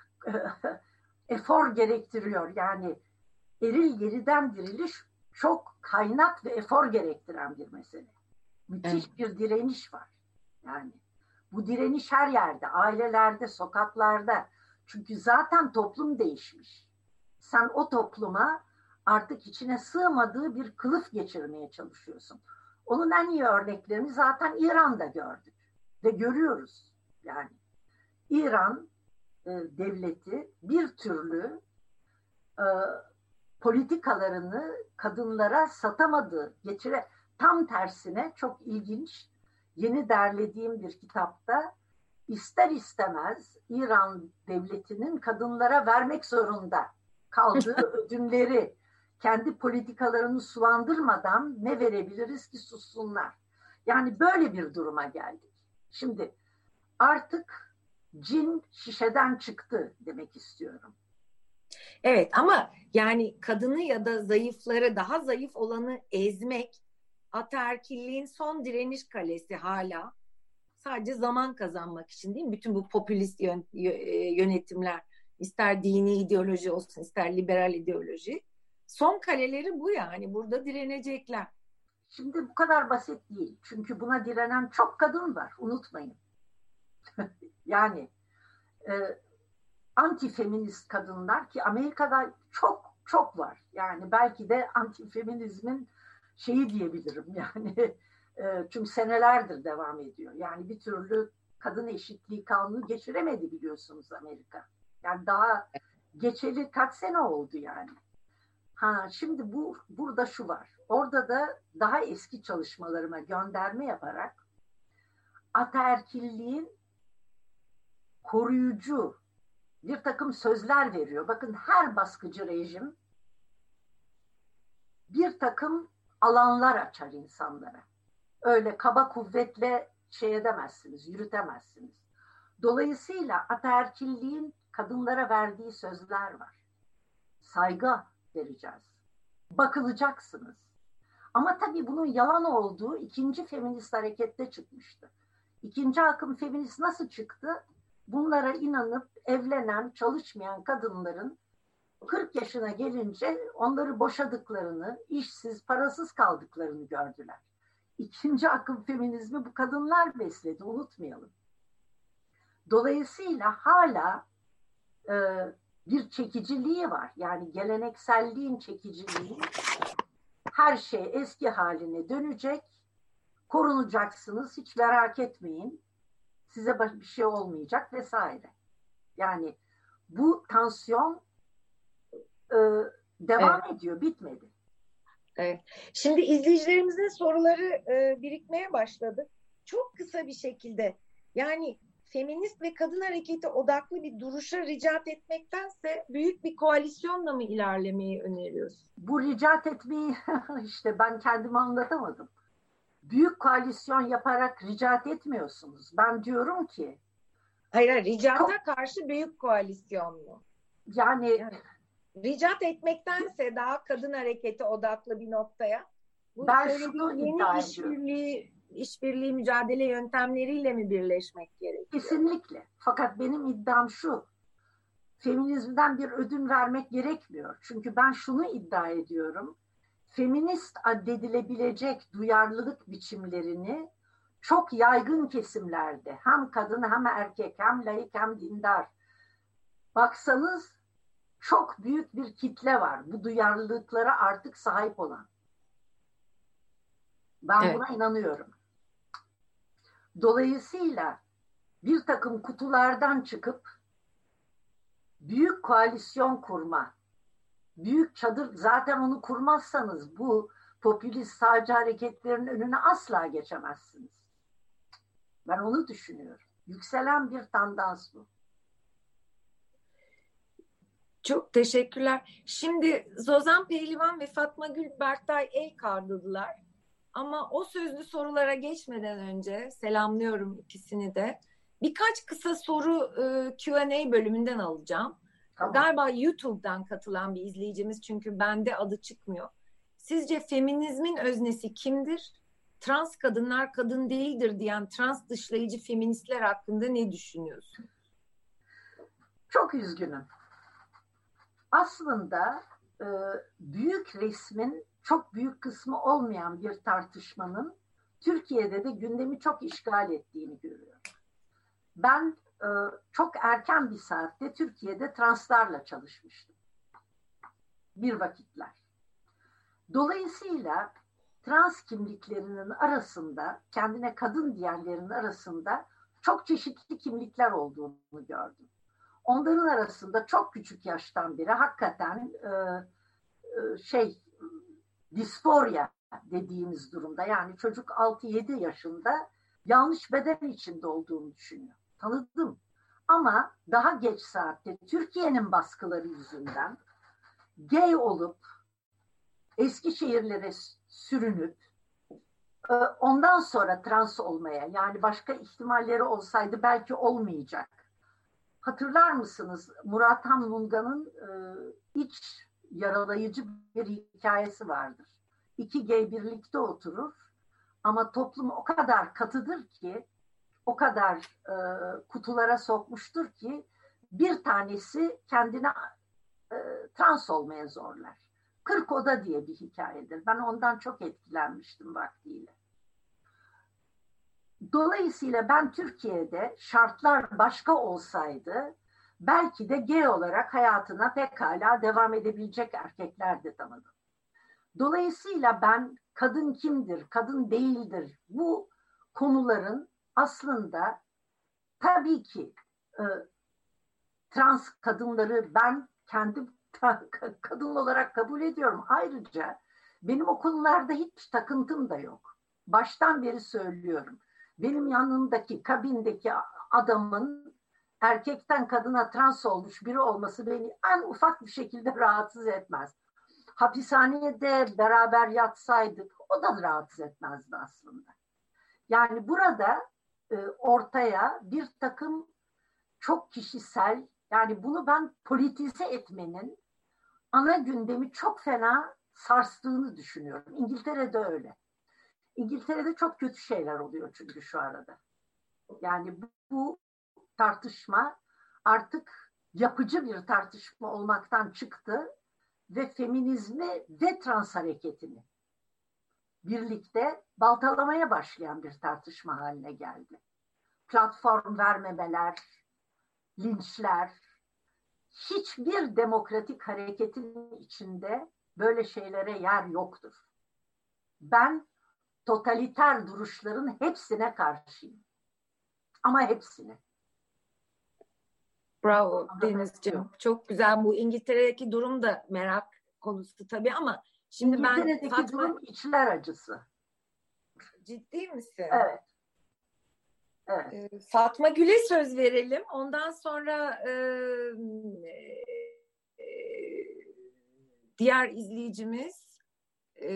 efor gerektiriyor. Yani eril geriden diriliş çok kaynak ve efor gerektiren bir mesele. Müthiş evet. bir direniş var. Yani bu direniş her yerde, ailelerde, sokaklarda. Çünkü zaten toplum değişmiş. Sen o topluma artık içine sığmadığı bir kılıf geçirmeye çalışıyorsun. Onun en iyi örneklerini zaten İran'da gördük ve görüyoruz. Yani İran e, devleti bir türlü e, politikalarını kadınlara satamadı, geçire. Tam tersine çok ilginç, yeni derlediğim bir kitapta ister istemez İran devletinin kadınlara vermek zorunda kaldığı ödünleri kendi politikalarını sulandırmadan ne verebiliriz ki sussunlar. Yani böyle bir duruma geldik. Şimdi artık cin şişeden çıktı demek istiyorum. Evet ama yani kadını ya da zayıfları, daha zayıf olanı ezmek ataerkilliğin son direniş kalesi hala. Sadece zaman kazanmak için değil mi? Bütün bu popülist yönetimler, ister dini ideoloji olsun, ister liberal ideoloji. Son kaleleri bu yani. Burada direnecekler. Şimdi bu kadar basit değil. Çünkü buna direnen çok kadın var. Unutmayın. Yani e, anti-feminist kadınlar ki Amerika'da çok çok var. Yani belki de anti-feminizmin şeyi diyebilirim. Yani e, çünkü senelerdir devam ediyor. Yani bir türlü kadın eşitliği kanunu geçiremedi biliyorsunuz Amerika. Yani daha geçeli kaç sene oldu yani. Ha şimdi bu burada şu var. Orada da daha eski çalışmalarıma gönderme yaparak ataerkilliğin koruyucu bir takım sözler veriyor. Bakın her baskıcı rejim bir takım alanlar açar insanlara. Öyle kaba kuvvetle şey edemezsiniz, yürütemezsiniz. Dolayısıyla ataerkilliğin kadınlara verdiği sözler var. Saygı vereceğiz. Bakılacaksınız. Ama tabii bunun yalan olduğu ikinci feminist harekette çıkmıştı. İkinci akım feminist nasıl çıktı? Bunlara inanıp evlenen, çalışmayan kadınların kırk yaşına gelince onları boşadıklarını, işsiz, parasız kaldıklarını gördüler. İkinci akım feminizmi bu kadınlar besledi, unutmayalım. Dolayısıyla hala e, bir çekiciliği var. Yani gelenekselliğin çekiciliği, her şey eski haline dönecek, korunacaksınız, hiç merak etmeyin, size bir şey olmayacak vesaire. Yani bu tansiyon e, devam Evet. ediyor, bitmedi. Evet. Şimdi izleyicilerimizin soruları e, birikmeye başladı. Çok kısa bir şekilde, yani feminist ve kadın hareketi odaklı bir duruşa ricat etmektense büyük bir koalisyonla mı ilerlemeyi öneriyorsun? Bu ricat etmeyi işte ben kendimi anlatamadım. Büyük koalisyon yaparak ricat etmiyorsunuz. Ben diyorum ki Hayır, hayır, ricata çok, karşı büyük koalisyon mu? yani, Yani ricat etmektense daha kadın hareketi odaklı bir noktaya. Bu ben söylediğin şunu yeni iddia ediyorum. işbirliği, işbirliği mücadele yöntemleriyle mi birleşmek gerekiyor? Kesinlikle. Fakat benim iddiam şu. Feminizmden bir ödün vermek gerekmiyor. Çünkü ben şunu iddia ediyorum. Feminist addedilebilecek duyarlılık biçimlerini çok yaygın kesimlerde, hem kadın hem erkek, hem laik hem dindar, baksanız çok büyük bir kitle var. Bu duyarlılıklara artık sahip olan. Ben Evet. buna inanıyorum. Dolayısıyla bir takım kutulardan çıkıp büyük koalisyon kurma, büyük çadır, zaten onu kurmazsanız bu popülist sağcı hareketlerin önüne asla geçemezsiniz. Ben onu düşünüyorum. Yükselen bir tendans bu. Çok teşekkürler. Şimdi Zozan Pehlivan ve Fatma Gül Berktay el kaldırdılar. Ama o sözlü sorulara geçmeden önce selamlıyorum ikisini de. Birkaç kısa soru e, Q and A bölümünden alacağım. Tamam. Galiba YouTube'dan katılan bir izleyicimiz, çünkü bende adı çıkmıyor. Sizce feminizmin öznesi kimdir? Trans kadınlar kadın değildir diyen trans dışlayıcı feministler hakkında ne düşünüyorsun? Çok üzgünüm. Aslında e, büyük resmin çok büyük kısmı olmayan bir tartışmanın Türkiye'de de gündemi çok işgal ettiğini görüyorum. Ben e, çok erken bir saatte Türkiye'de translarla çalışmıştım. Bir vakitler. Dolayısıyla trans kimliklerinin arasında, kendine kadın diyenlerin arasında çok çeşitli kimlikler olduğunu gördüm. Onların arasında çok küçük yaştan beri hakikaten e, e, şey disforya dediğimiz durumda, yani çocuk altı yedi yaşında yanlış beden içinde olduğunu düşünüyor. Tanıdım. Ama daha geç saatte Türkiye'nin baskıları yüzünden gay olup eski şehirlere sürünüp ondan sonra trans olmaya, yani başka ihtimalleri olsaydı belki olmayacak. Hatırlar mısınız? Murat Han Munga'nın e, iç yaralayıcı bir hikayesi vardır. İki gay birlikte oturur ama toplum o kadar katıdır ki, o kadar e, kutulara sokmuştur ki bir tanesi kendine e, trans olmaya zorlar. Kırk Oda diye bir hikayedir. Ben ondan çok etkilenmiştim vaktiyle. Dolayısıyla ben Türkiye'de şartlar başka olsaydı belki de gay olarak hayatına pekala devam edebilecek erkekler de tanıdım. Dolayısıyla ben kadın kimdir, kadın değildir, bu konuların aslında tabii ki e, trans kadınları ben kendim kadın olarak kabul ediyorum. Ayrıca benim o konularda hiç takıntım da yok. Baştan beri söylüyorum. Benim yanındaki kabindeki adamın erkekten kadına trans olmuş biri olması beni en ufak bir şekilde rahatsız etmez. Hapishanede beraber yatsaydık o da rahatsız etmezdi aslında. Yani burada e, ortaya bir takım çok kişisel, yani bunu ben politize etmenin ana gündemi çok fena sarstığını düşünüyorum. İngiltere'de öyle. İngiltere'de çok kötü şeyler oluyor çünkü şu arada. Yani bu, bu tartışma artık yapıcı bir tartışma olmaktan çıktı ve feminizmi ve trans hareketini birlikte baltalamaya başlayan bir tartışma haline geldi. Platform vermemeler, linçler, hiçbir demokratik hareketin içinde böyle şeylere yer yoktur. Ben totaliter duruşların hepsine karşıyım. Ama hepsine. Bravo Denizciğim. Çok güzel. Bu İngiltere'deki durum da merak konusu tabii ama şimdi ben İngiltere'deki Fatma... durum içler acısı. Ciddi misin? Evet. Evet. Ee, Fatma Gül'e söz verelim. Ondan sonra e, e, diğer izleyicimiz e,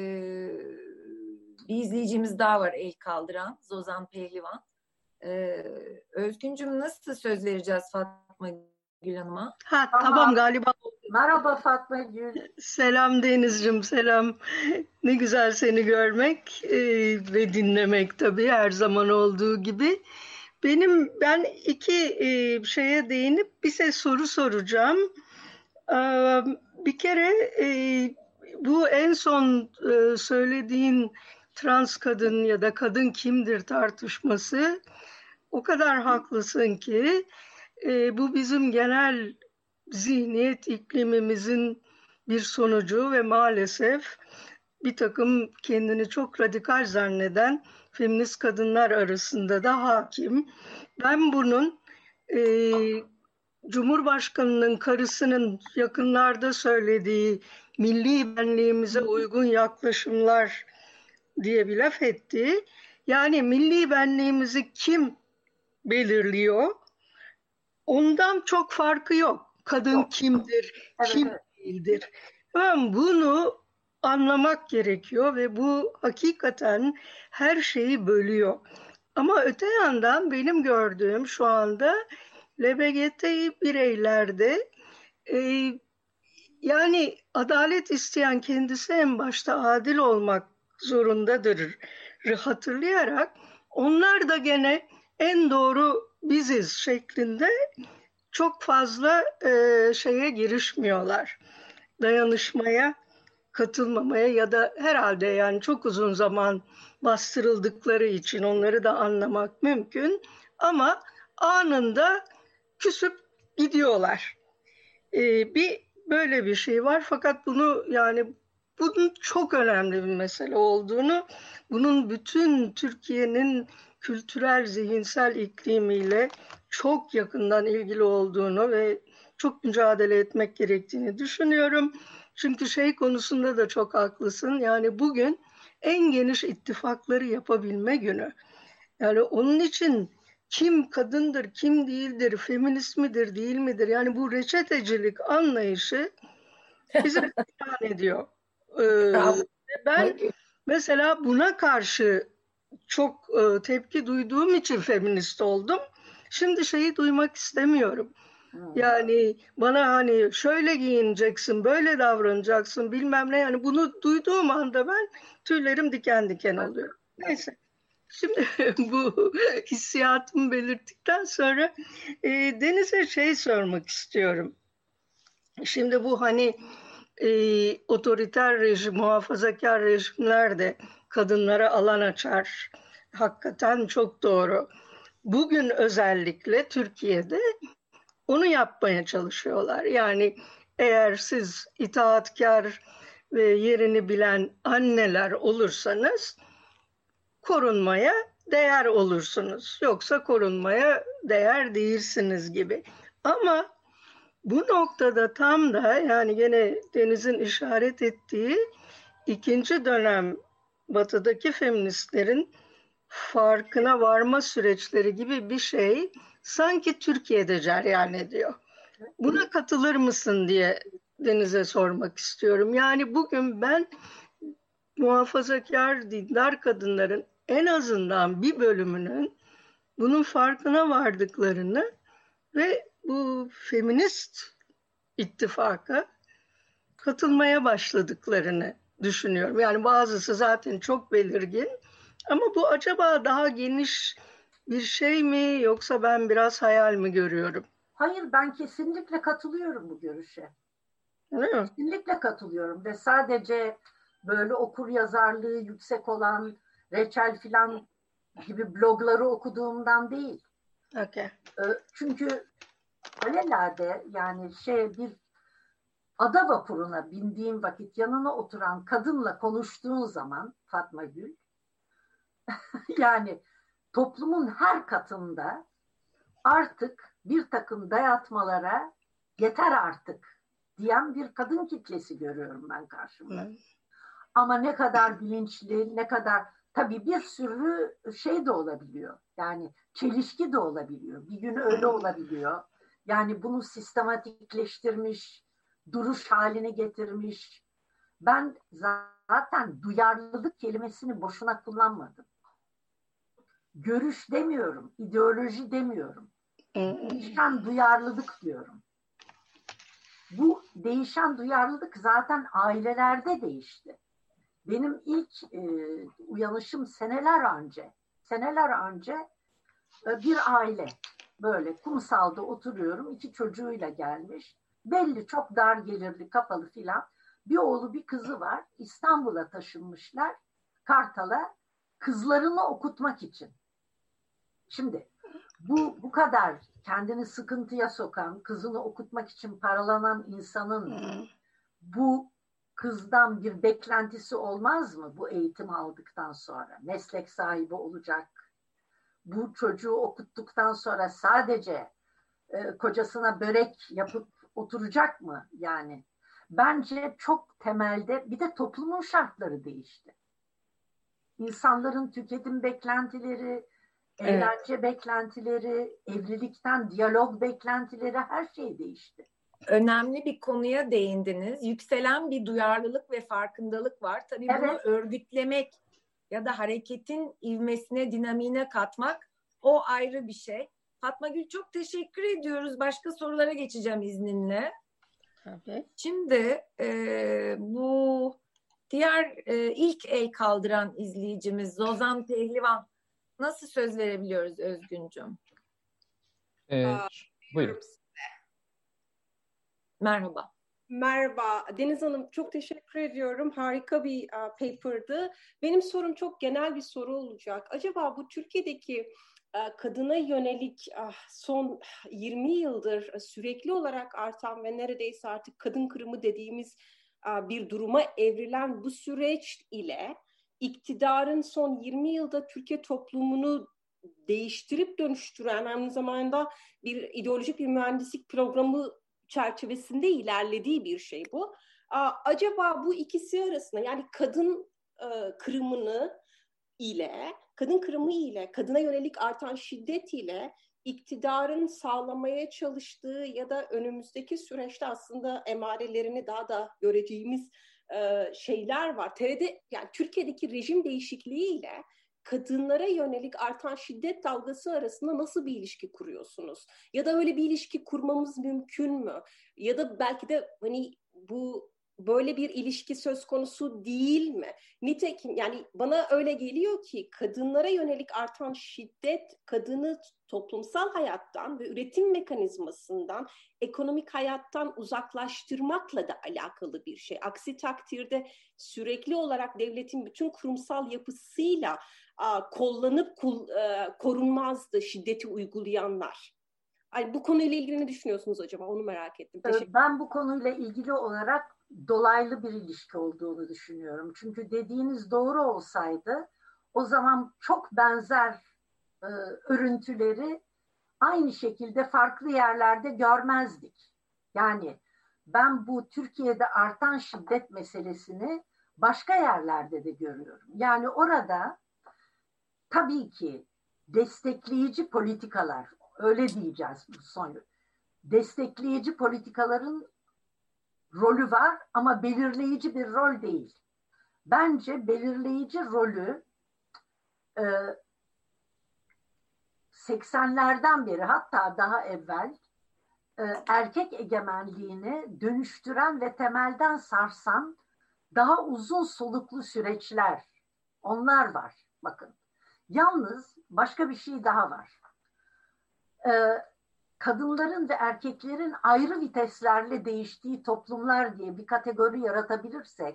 bir izleyicimiz daha var el kaldıran. Zozan Pehlivan. Ee, Özgüncüm nasıl söz vereceğiz Fatma Gül Hanım'a? Ha tamam galiba. Merhaba Fatma Gül. Selam Denizciğim, selam. Ne güzel seni görmek e, ve dinlemek tabii her zaman olduğu gibi. Benim ben iki e, şeye değinip bize soru soracağım. E, bir kere e, bu en son e, söylediğin trans kadın ya da kadın kimdir tartışması o kadar haklısın ki e, bu bizim genel zihniyet iklimimizin bir sonucu ve maalesef bir takım kendini çok radikal zanneden feminist kadınlar arasında da hakim. Ben bunun e, Cumhurbaşkanının karısının yakınlarda söylediği milli benliğimize uygun yaklaşımlar diye bir laf etti. Yani milli benliğimizi kim belirliyor? Ondan çok farkı yok. Kadın yok. Kimdir, evet, kim evet. değildir. Ben bunu anlamak gerekiyor ve bu hakikaten her şeyi bölüyor. Ama öte yandan benim gördüğüm şu anda L G B T bireylerde e, yani adalet isteyen kendisi en başta adil olmak zorundadır hatırlayarak onlar da gene en doğru biziz şeklinde çok fazla e, şeye girişmiyorlar. Dayanışmaya, katılmamaya ya da herhalde yani çok uzun zaman bastırıldıkları için onları da anlamak mümkün. Ama anında küsüp gidiyorlar. E, bir böyle bir şey var fakat bunu yani bunun çok önemli bir mesele olduğunu, bunun bütün Türkiye'nin kültürel, zihinsel iklimiyle çok yakından ilgili olduğunu ve çok mücadele etmek gerektiğini düşünüyorum. Çünkü şey konusunda da çok haklısın. Yani bugün en geniş ittifakları yapabilme günü. Yani onun için kim kadındır, kim değildir, feminist midir, değil midir? Yani bu reçetecilik anlayışı bizi imtihan ediyor. Ee, ben mesela buna karşı çok e, tepki duyduğum için feminist oldum. Şimdi şeyi duymak istemiyorum. Yani bana hani şöyle giyineceksin, böyle davranacaksın bilmem ne. Yani bunu duyduğum anda ben tüylerim diken diken oluyor. Neyse. Şimdi bu hissiyatımı belirttikten sonra e, Deniz'e şey sormak istiyorum. Şimdi bu hani e, otoriter rejim, muhafazakar rejimler de kadınlara alan açar. Hakikaten çok doğru. Bugün özellikle Türkiye'de onu yapmaya çalışıyorlar. Yani eğer siz itaatkar ve yerini bilen anneler olursanız korunmaya değer olursunuz. Yoksa korunmaya değer değilsiniz gibi. Ama bu noktada tam da yani gene Deniz'in işaret ettiği ikinci dönem batıdaki feministlerin farkına varma süreçleri gibi bir şey sanki Türkiye'de cereyan ediyor. Buna katılır mısın diye Deniz'e sormak istiyorum. Yani bugün ben muhafazakar dindar kadınların en azından bir bölümünün bunun farkına vardıklarını ve bu feminist ittifaka katılmaya başladıklarını düşünüyorum. Yani bazısı zaten çok belirgin ama bu acaba daha geniş bir şey mi yoksa ben biraz hayal mi görüyorum? Hayır, ben kesinlikle katılıyorum bu görüşe. Değil mi? Kesinlikle katılıyorum ve sadece böyle okur yazarlığı yüksek olan Reçel filan gibi blogları okuduğumdan değil. Okay. Çünkü alelade yani şey bir ada vapuruna bindiğim vakit yanına oturan kadınla konuştuğun zaman Fatma Gül yani toplumun her katında artık bir takım dayatmalara yeter artık diyen bir kadın kitlesi görüyorum ben karşımda. Hmm. Ama ne kadar bilinçli, ne kadar tabii bir sürü şey de olabiliyor. Yani çelişki de olabiliyor. Bir gün öyle olabiliyor. Yani bunu sistematikleştirmiş, duruş haline getirmiş. Ben zaten duyarlılık kelimesini boşuna kullanmadım. Görüş demiyorum, ideoloji demiyorum. Değişen duyarlılık diyorum. Bu değişen duyarlılık zaten ailelerde değişti. Benim ilk e, uyanışım seneler önce, seneler önce e, bir aile böyle kumsalda oturuyorum, iki çocuğuyla gelmiş. Belli çok dar gelirli, kapalı filan. Bir oğlu bir kızı var. İstanbul'a taşınmışlar. Kartal'a kızlarını okutmak için. Şimdi bu bu kadar kendini sıkıntıya sokan, kızını okutmak için paralanan insanın bu kızdan bir beklentisi olmaz mı bu eğitimi aldıktan sonra? Meslek sahibi olacak. Bu çocuğu okuttuktan sonra sadece e, kocasına börek yapıp oturacak mı? Yani bence çok temelde bir de toplumun şartları değişti. İnsanların tüketim beklentileri, eğlence evet. beklentileri, evlilikten diyalog beklentileri her şey değişti. Önemli bir konuya değindiniz. Yükselen bir duyarlılık ve farkındalık var. Tabii evet. Bunu örgütlemek ya da hareketin ivmesine, dinamiğine katmak o ayrı bir şey. Fatma Gül çok teşekkür ediyoruz. Başka sorulara geçeceğim izninle. Tabii. Şimdi e, bu diğer e, ilk el kaldıran izleyicimiz Zozan Pehlivan. Nasıl söz verebiliyoruz Özgüncüm? Ee, buyurun. Merhaba. Merhaba Deniz Hanım, çok teşekkür ediyorum. Harika bir uh, paper'dı. Benim sorum çok genel bir soru olacak. Acaba bu Türkiye'deki uh, kadına yönelik uh, son yirmi yıldır uh, sürekli olarak artan ve neredeyse artık kadın kırımı dediğimiz uh, bir duruma evrilen bu süreç ile iktidarın son yirmi yılda Türkiye toplumunu değiştirip dönüştüren, aynı zamanda bir ideolojik bir mühendislik programı çerçevesinde ilerlediği bir şey bu. Acaba bu ikisi arasında yani kadın kırımını ile, kadın kırımı ile, kadına yönelik artan şiddet ile iktidarın sağlamaya çalıştığı ya da önümüzdeki süreçte aslında emarelerini daha da göreceğimiz şeyler var. T R D yani Türkiye'deki rejim değişikliğiyle kadınlara yönelik artan şiddet dalgası arasında nasıl bir ilişki kuruyorsunuz? Ya da öyle bir ilişki kurmamız mümkün mü? Ya da belki de hani bu böyle bir ilişki söz konusu değil mi? Nitekim yani bana öyle geliyor ki kadınlara yönelik artan şiddet kadını toplumsal hayattan ve üretim mekanizmasından, ekonomik hayattan uzaklaştırmakla da alakalı bir şey. Aksi takdirde sürekli olarak devletin bütün kurumsal yapısıyla a, kollanıp kul, a, korunmazdı şiddeti uygulayanlar. Ay, bu konuyla ilgili ne düşünüyorsunuz acaba? Onu merak ettim. Teşekkür ben bu konuyla ilgili olarak dolaylı bir ilişki olduğunu düşünüyorum. Çünkü dediğiniz doğru olsaydı o zaman çok benzer e, örüntüleri aynı şekilde farklı yerlerde görmezdik. Yani ben bu Türkiye'de artan şiddet meselesini başka yerlerde de görüyorum. Yani orada tabii ki destekleyici politikalar, öyle diyeceğiz bu son. Destekleyici politikaların rolü var ama belirleyici bir rol değil. Bence belirleyici rolü e, seksenlerden beri hatta daha evvel e, erkek egemenliğini dönüştüren ve temelden sarsan daha uzun soluklu süreçler, onlar var. Bakın. Yalnız başka bir şey daha var. E, kadınların ve erkeklerin ayrı viteslerle değiştiği toplumlar diye bir kategori yaratabilirsek,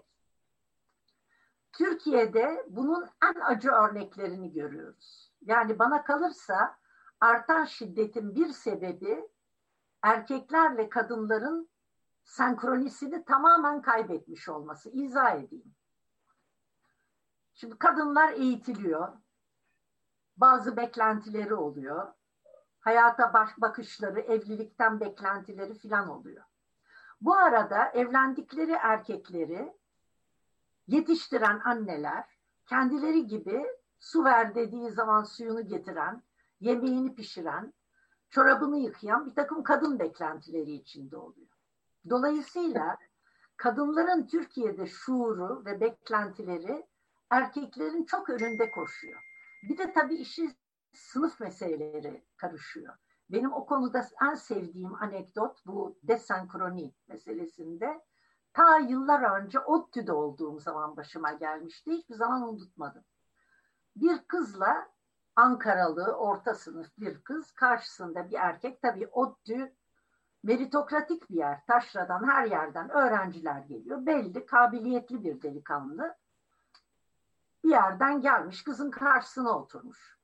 Türkiye'de bunun en acı örneklerini görüyoruz. Yani bana kalırsa artan şiddetin bir sebebi erkeklerle kadınların senkronisini tamamen kaybetmiş olması. İzah edeyim. Şimdi kadınlar eğitiliyor. Bazı beklentileri oluyor. Hayata baş bakışları, evlilikten beklentileri filan oluyor. Bu arada evlendikleri erkekleri yetiştiren anneler kendileri gibi su ver dediği zaman suyunu getiren, yemeğini pişiren, çorabını yıkayan bir takım kadın beklentileri içinde oluyor. Dolayısıyla kadınların Türkiye'de şuuru ve beklentileri erkeklerin çok önünde koşuyor. Bir de tabii işi sınıf meseleleri karışıyor. Benim o konuda en sevdiğim anekdot bu desenkroni meselesinde. Ta yıllar önce ODTÜ'de olduğum zaman başıma gelmişti. Hiçbir zaman unutmadım. Bir kızla Ankaralı orta sınıf bir kız, karşısında bir erkek. Tabii ODTÜ meritokratik bir yer. Taşra'dan her yerden öğrenciler geliyor. Belli kabiliyetli bir delikanlı. Bir yerden gelmiş, kızın karşısına oturmuş.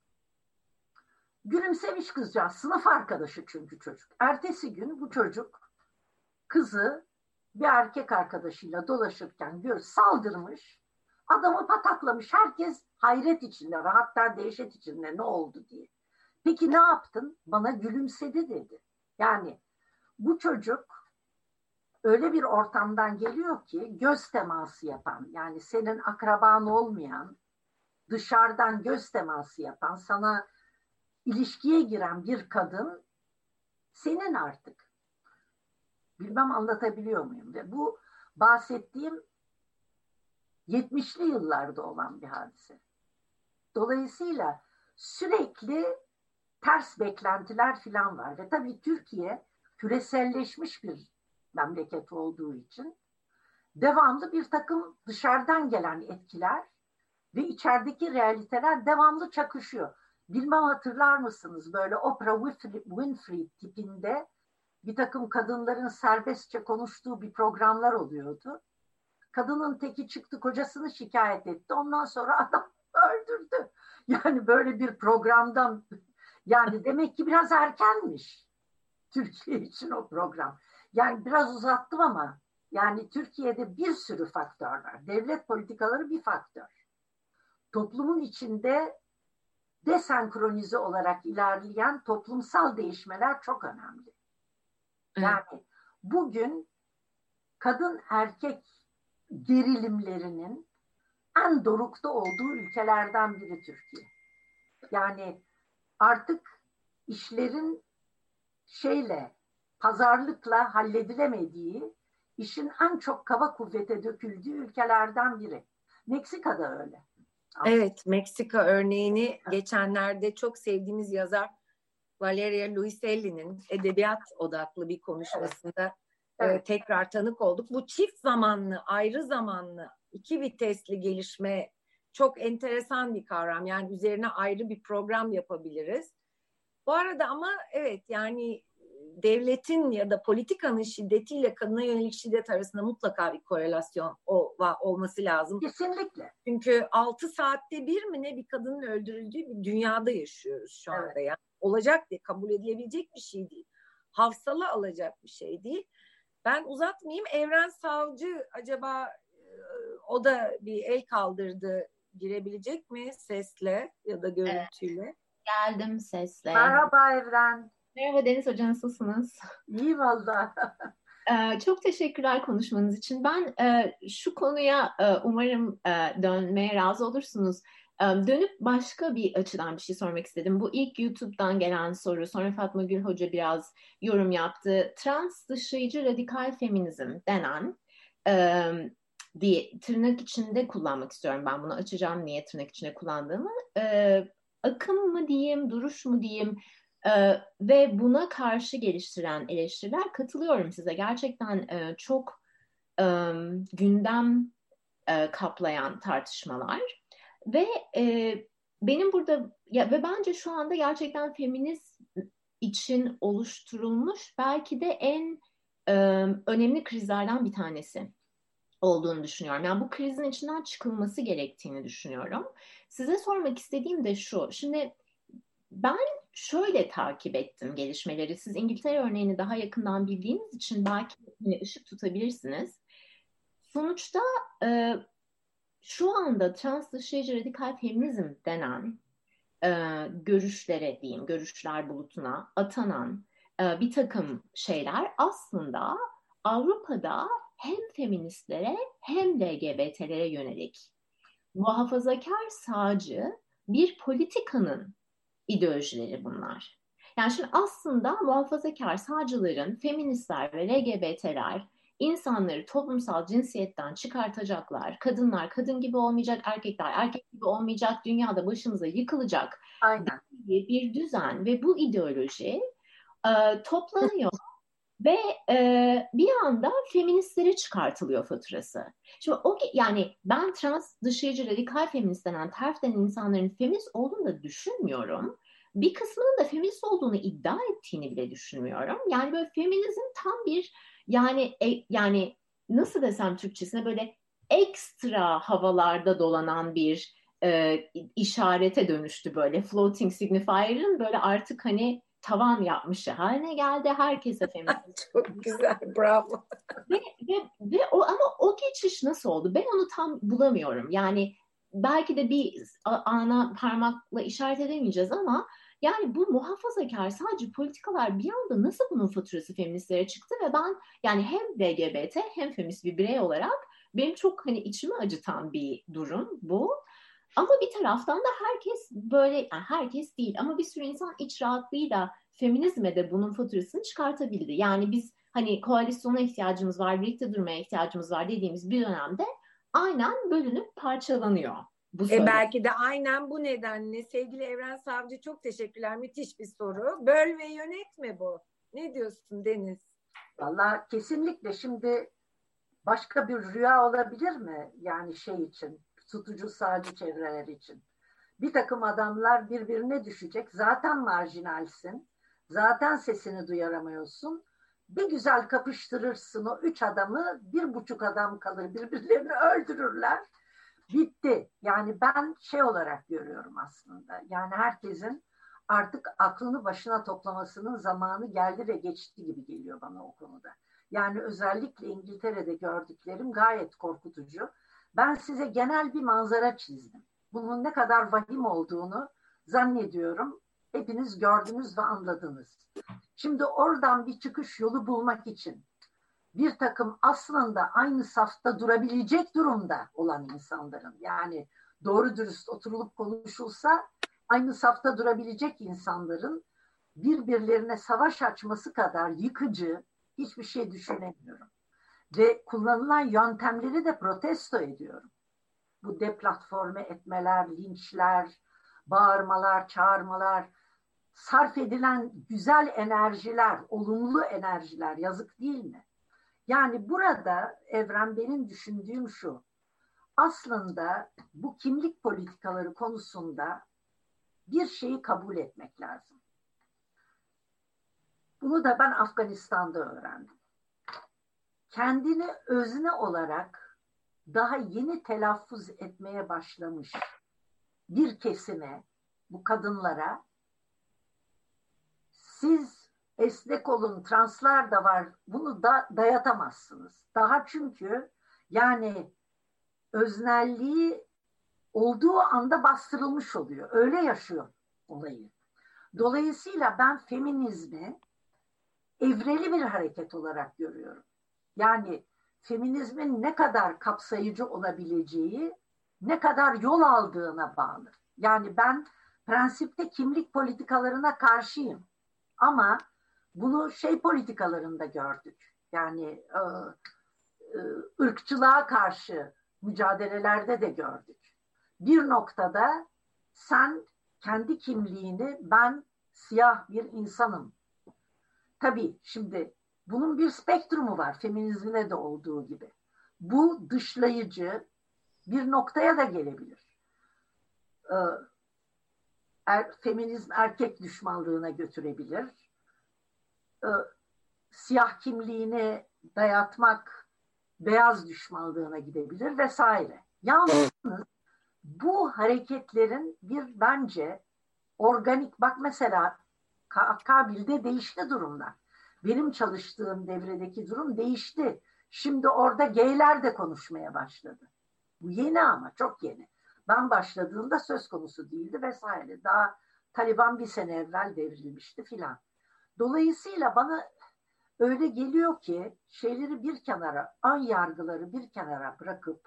Gülümsemiş kızcağız, sınıf arkadaşı çünkü çocuk. Ertesi gün bu çocuk kızı bir erkek arkadaşıyla dolaşırken göz saldırmış, adamı pataklamış. Herkes hayret içinde ve hatta dehşet içinde, ne oldu diye. Peki ne yaptın? Bana gülümsedi dedi. Yani bu çocuk öyle bir ortamdan geliyor ki göz teması yapan, yani senin akraban olmayan, dışarıdan göz teması yapan, sana ilişkiye giren bir kadın senin artık. Bilmem anlatabiliyor muyum? Ve bu bahsettiğim yetmişli yıllarda olan bir hadise. Dolayısıyla sürekli ters beklentiler falan var. Ve tabii Türkiye küreselleşmiş bir memleket olduğu için devamlı bir takım dışarıdan gelen etkiler ve içerideki realiteler devamlı çakışıyor. Bilmem hatırlar mısınız, böyle Oprah Winfrey tipinde bir takım kadınların serbestçe konuştuğu bir programlar oluyordu. Kadının teki çıktı, kocasını şikayet etti. Ondan sonra adam öldürdü. Yani böyle bir programdan, yani demek ki biraz erkenmiş Türkiye için o program. Yani biraz uzattım ama yani Türkiye'de bir sürü faktör var. Devlet politikaları bir faktör. Toplumun içinde desenkronize olarak ilerleyen toplumsal değişmeler çok önemli. Yani evet. Bugün kadın erkek gerilimlerinin en dorukta olduğu ülkelerden biri Türkiye. Yani artık işlerin şeyle, pazarlıkla halledilemediği, işin en çok kaba kuvvete döküldüğü ülkelerden biri. Meksika'da öyle. Evet, Meksika örneğini geçenlerde çok sevdiğimiz yazar Valeria Luiselli'nin edebiyat odaklı bir konuşmasında evet. Evet. E, tekrar tanık olduk. Bu çift zamanlı, ayrı zamanlı, iki vitesli gelişme çok enteresan bir kavram. Yani üzerine ayrı bir program yapabiliriz. Bu arada ama evet, yani devletin ya da politikanın şiddetiyle kadına yönelik şiddet arasında mutlaka bir korelasyon o, olması lazım. Kesinlikle. Çünkü altı saatte bir mi ne bir kadının öldürüldüğü bir dünyada yaşıyoruz şu anda. Evet. Yani olacak diye kabul edilebilecek bir şey değil. Hafsala alacak bir şey değil. Ben uzatmayayım. Evren Savcı acaba o da bir el kaldırdı. Girebilecek mi sesle ya da görüntüyle? Evet. Geldim sesle. Merhaba Evren. Merhaba Deniz Hoca, nasılsınız? İyi valla. Ee, çok teşekkürler konuşmanız için. Ben e, şu konuya e, umarım e, dönmeye razı olursunuz. E, dönüp başka bir açıdan bir şey sormak istedim. Bu ilk YouTube'dan gelen soru. Sonra Fatma Gül Hoca biraz yorum yaptı. Trans dışlayıcı radikal feminizm denen e, diye tırnak içinde kullanmak istiyorum. Ben bunu açacağım niye tırnak içinde kullandığımı. E, akım mı diyeyim, duruş mu diyeyim? Ee, ve buna karşı geliştiren eleştiriler, katılıyorum size. Gerçekten e, çok e, gündem e, kaplayan tartışmalar ve e, benim burada ya, ve bence şu anda gerçekten feminist için oluşturulmuş belki de en e, önemli krizlerden bir tanesi olduğunu düşünüyorum. Yani bu krizin içinden çıkılması gerektiğini düşünüyorum. Size sormak istediğim de şu. Şimdi ben şöyle takip ettim gelişmeleri. Siz İngiltere örneğini daha yakından bildiğiniz için belki hani ışık tutabilirsiniz. Sonuçta e, şu anda trans dışlayıcı radikal feminizm denen e, görüşlere diyeyim, görüşler bulutuna atanan e, bir takım şeyler aslında Avrupa'da hem feministlere hem L G B T'lere yönelik muhafazakar sağcı bir politikanın ideolojileri bunlar. Yani şimdi aslında muhafazakar sağcıların, feministler ve L G B T'ler insanları toplumsal cinsiyetten çıkartacaklar. Kadınlar kadın gibi olmayacak, erkekler erkek gibi olmayacak, dünyada başımıza yıkılacak Aynen. bir düzen ve bu ideoloji e, toplanıyor. Ve e, bir anda feministlere çıkartılıyor faturası. Şimdi o yani ben trans dışlayıcı radikal feminist denen terf denen insanların feminist olduğunu da düşünmüyorum. Bir kısmının da feminist olduğunu iddia ettiğini bile düşünmüyorum. Yani böyle feminizm tam bir yani e, yani nasıl desem Türkçesine böyle ekstra havalarda dolanan bir e, işarete dönüştü böyle. Floating signifier'ın böyle artık hani tavan yapmışı haline geldi. Herkese feminist. Çok güzel, bravo. Ve, ve, ve o ama o geçiş nasıl oldu? Ben onu tam bulamıyorum. Yani belki de bir ana parmakla işaret edemeyeceğiz ama yani bu muhafazakar sadece politikalar bir anda nasıl bunun faturası feministlere çıktı ve ben yani hem L G B T hem feminist bir birey olarak benim çok hani içimi acıtan bir durum bu. Ama bir taraftan da herkes böyle, yani herkes değil ama bir sürü insan iç rahatlığıyla feminizme de bunun faturasını çıkartabildi. Yani biz hani koalisyona ihtiyacımız var, birlikte durmaya ihtiyacımız var dediğimiz bir dönemde aynen bölünüp parçalanıyor. Bu e belki de aynen bu nedenle sevgili Evren Savcı, çok teşekkürler. Müthiş bir soru. Böl ve yönetme bu. Ne diyorsun Deniz? Vallahi kesinlikle şimdi başka bir rüya olabilir mi? Yani şey için, tutucu sağcı çevreler için. Bir takım adamlar birbirine düşecek. Zaten marjinalsin. Zaten sesini duyaramıyorsun. Bir güzel kapıştırırsın o üç adamı, bir buçuk adam kalır, birbirlerini öldürürler. Bitti. Yani ben şey olarak görüyorum aslında. Yani herkesin artık aklını başına toplamasının zamanı geldi ve geçti gibi geliyor bana o konuda. Yani özellikle İngiltere'de gördüklerim gayet korkutucu. Ben size genel bir manzara çizdim. Bunun ne kadar vahim olduğunu zannediyorum hepiniz gördünüz ve anladınız. Şimdi oradan bir çıkış yolu bulmak için bir takım aslında aynı safta durabilecek durumda olan insanların, yani doğru dürüst oturulup konuşulsa aynı safta durabilecek insanların birbirlerine savaş açması kadar yıkıcı hiçbir şey düşünemiyorum. Ve kullanılan yöntemleri de protesto ediyorum. Bu deplatforme etmeler, linçler, bağırmalar, çağırmalar, sarf edilen güzel enerjiler, olumlu enerjiler, yazık değil mi? Yani burada Evren, benim düşündüğüm şu. Aslında bu kimlik politikaları konusunda bir şeyi kabul etmek lazım. Bunu da ben Afganistan'da öğrendim. Kendini özne olarak daha yeni telaffuz etmeye başlamış bir kesime, bu kadınlara, siz esnek olun, translar da var, bunu da dayatamazsınız. Daha çünkü yani öznelliği olduğu anda bastırılmış oluyor. Öyle yaşıyor olayı. Dolayısıyla ben feminizmi evreli bir hareket olarak görüyorum. Yani feminizmin ne kadar kapsayıcı olabileceği, ne kadar yol aldığına bağlı. Yani ben prensipte kimlik politikalarına karşıyım. Ama bunu şey politikalarında gördük. Yani e, e, ırkçılığa karşı mücadelelerde de gördük. Bir noktada sen kendi kimliğini, ben siyah bir insanım. Tabii şimdi bunun bir spektrumu var, feminizmine de olduğu gibi. Bu dışlayıcı bir noktaya da gelebilir. Ee, er, feminizm erkek düşmanlığına götürebilir. e, siyah kimliğini dayatmak beyaz düşmanlığına gidebilir vesaire. Yalnız bu hareketlerin bir bence organik, bak mesela Kabil'de değişti durumlar. Benim çalıştığım devredeki durum değişti. Şimdi orada geyler de konuşmaya başladı. Bu yeni ama çok yeni. Ben başladığımda söz konusu değildi vesaire. Daha Taliban bir sene evvel devrilmişti filan. Dolayısıyla bana öyle geliyor ki şeyleri bir kenara, ön yargıları bir kenara bırakıp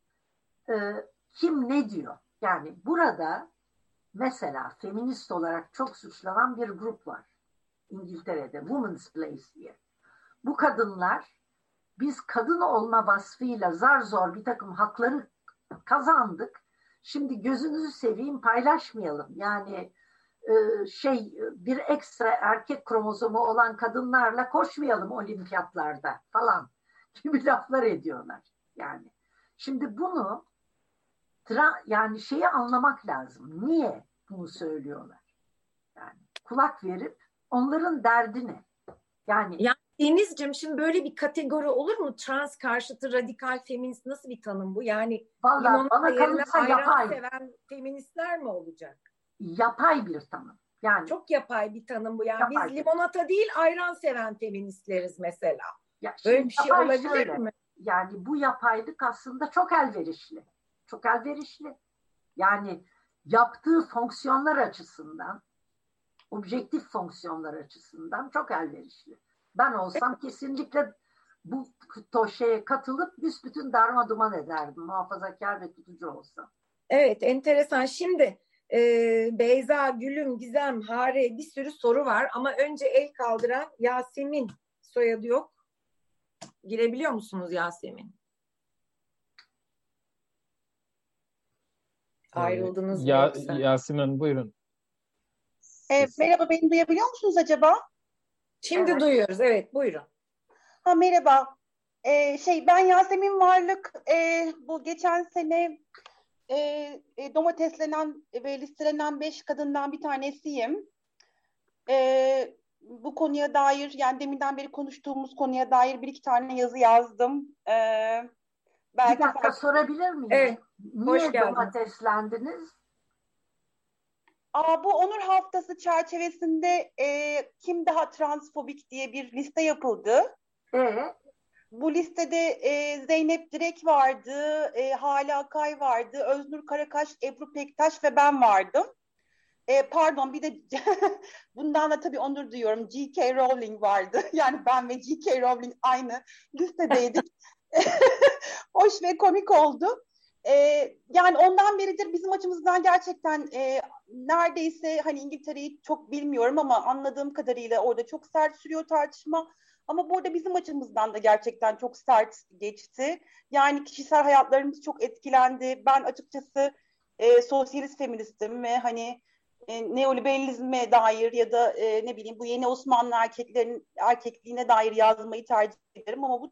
e, kim ne diyor? Yani burada mesela feminist olarak çok suçlanan bir grup var. İngiltere'de Women's Place diye. Bu kadınlar biz kadın olma vasfıyla zar zor bir takım hakları kazandık. Şimdi gözünüzü seveyim paylaşmayalım. Yani e, şey bir ekstra erkek kromozomu olan kadınlarla koşmayalım olimpiyatlarda falan gibi laflar ediyorlar. Yani şimdi bunu tra- yani şeyi anlamak lazım. Niye bunu söylüyorlar? Yani kulak verip onların derdi ne? Yani ya Denizciğim, şimdi böyle bir kategori olur mu? Trans karşıtı radikal feminist, nasıl bir tanım bu? Yani vallahi bana kalırsa ayran yapay. seven feministler mi olacak? Yapay bir tanım. Yani çok yapay bir tanım bu. Yani yapay. Biz limonata değil ayran seven feministleriz mesela. Ya böyle bir şey olabilir şöyle, mi? Yani bu yapaylık aslında çok elverişli. Çok elverişli. Yani yaptığı fonksiyonlar açısından, objektif fonksiyonlar açısından çok elverişli. Ben olsam kesinlikle bu şeye katılıp büsbütün darma duman ederdim. Muhafazakar ve tutucu olsam. Evet, enteresan. Şimdi e, Beyza, Gülüm, Gizem, Hare bir sürü soru var ama önce el kaldıran Yasemin, soyadı yok. Girebiliyor musunuz Yasemin? Ayrıldınız ya, mı yoksa? Yasemin buyurun. E, merhaba, beni duyabiliyor musunuz acaba? Şimdi Evet. duyuyoruz, evet, buyurun. Ha, merhaba. E, şey ben Yasemin Varlık. E, bu geçen sene e, e, domateslenen ve listelenen beş kadından bir tanesiyim. E, bu konuya dair, yani deminden beri konuştuğumuz konuya dair bir iki tane yazı yazdım. E, belki Bir dakika fark... sorabilir miyim? Evet, hoş Niye geldiniz. domateslendiniz? Aa, bu Onur Haftası çerçevesinde e, kim daha transfobik diye bir liste yapıldı. Ee, Bu listede e, Zeynep Direk vardı, e, Hale Akay vardı, Öznur Karakaş, Ebru Pektaş ve ben vardım. E, pardon, bir de bundan da tabii onur duyuyorum, J K. Rowling vardı. Yani ben ve J K. Rowling aynı listedeydik. Hoş ve komik oldu. E, yani ondan beridir bizim açımızdan gerçekten e, neredeyse, hani İngiltere'yi çok bilmiyorum ama anladığım kadarıyla orada çok sert sürüyor tartışma. Ama burada bizim açımızdan da gerçekten çok sert geçti. Yani kişisel hayatlarımız çok etkilendi. Ben açıkçası e, sosyalist feministim ve hani e, neoliberalizme dair ya da e, ne bileyim bu yeni Osmanlı erkeklerin erkekliğine dair yazmayı tercih ederim. Ama bu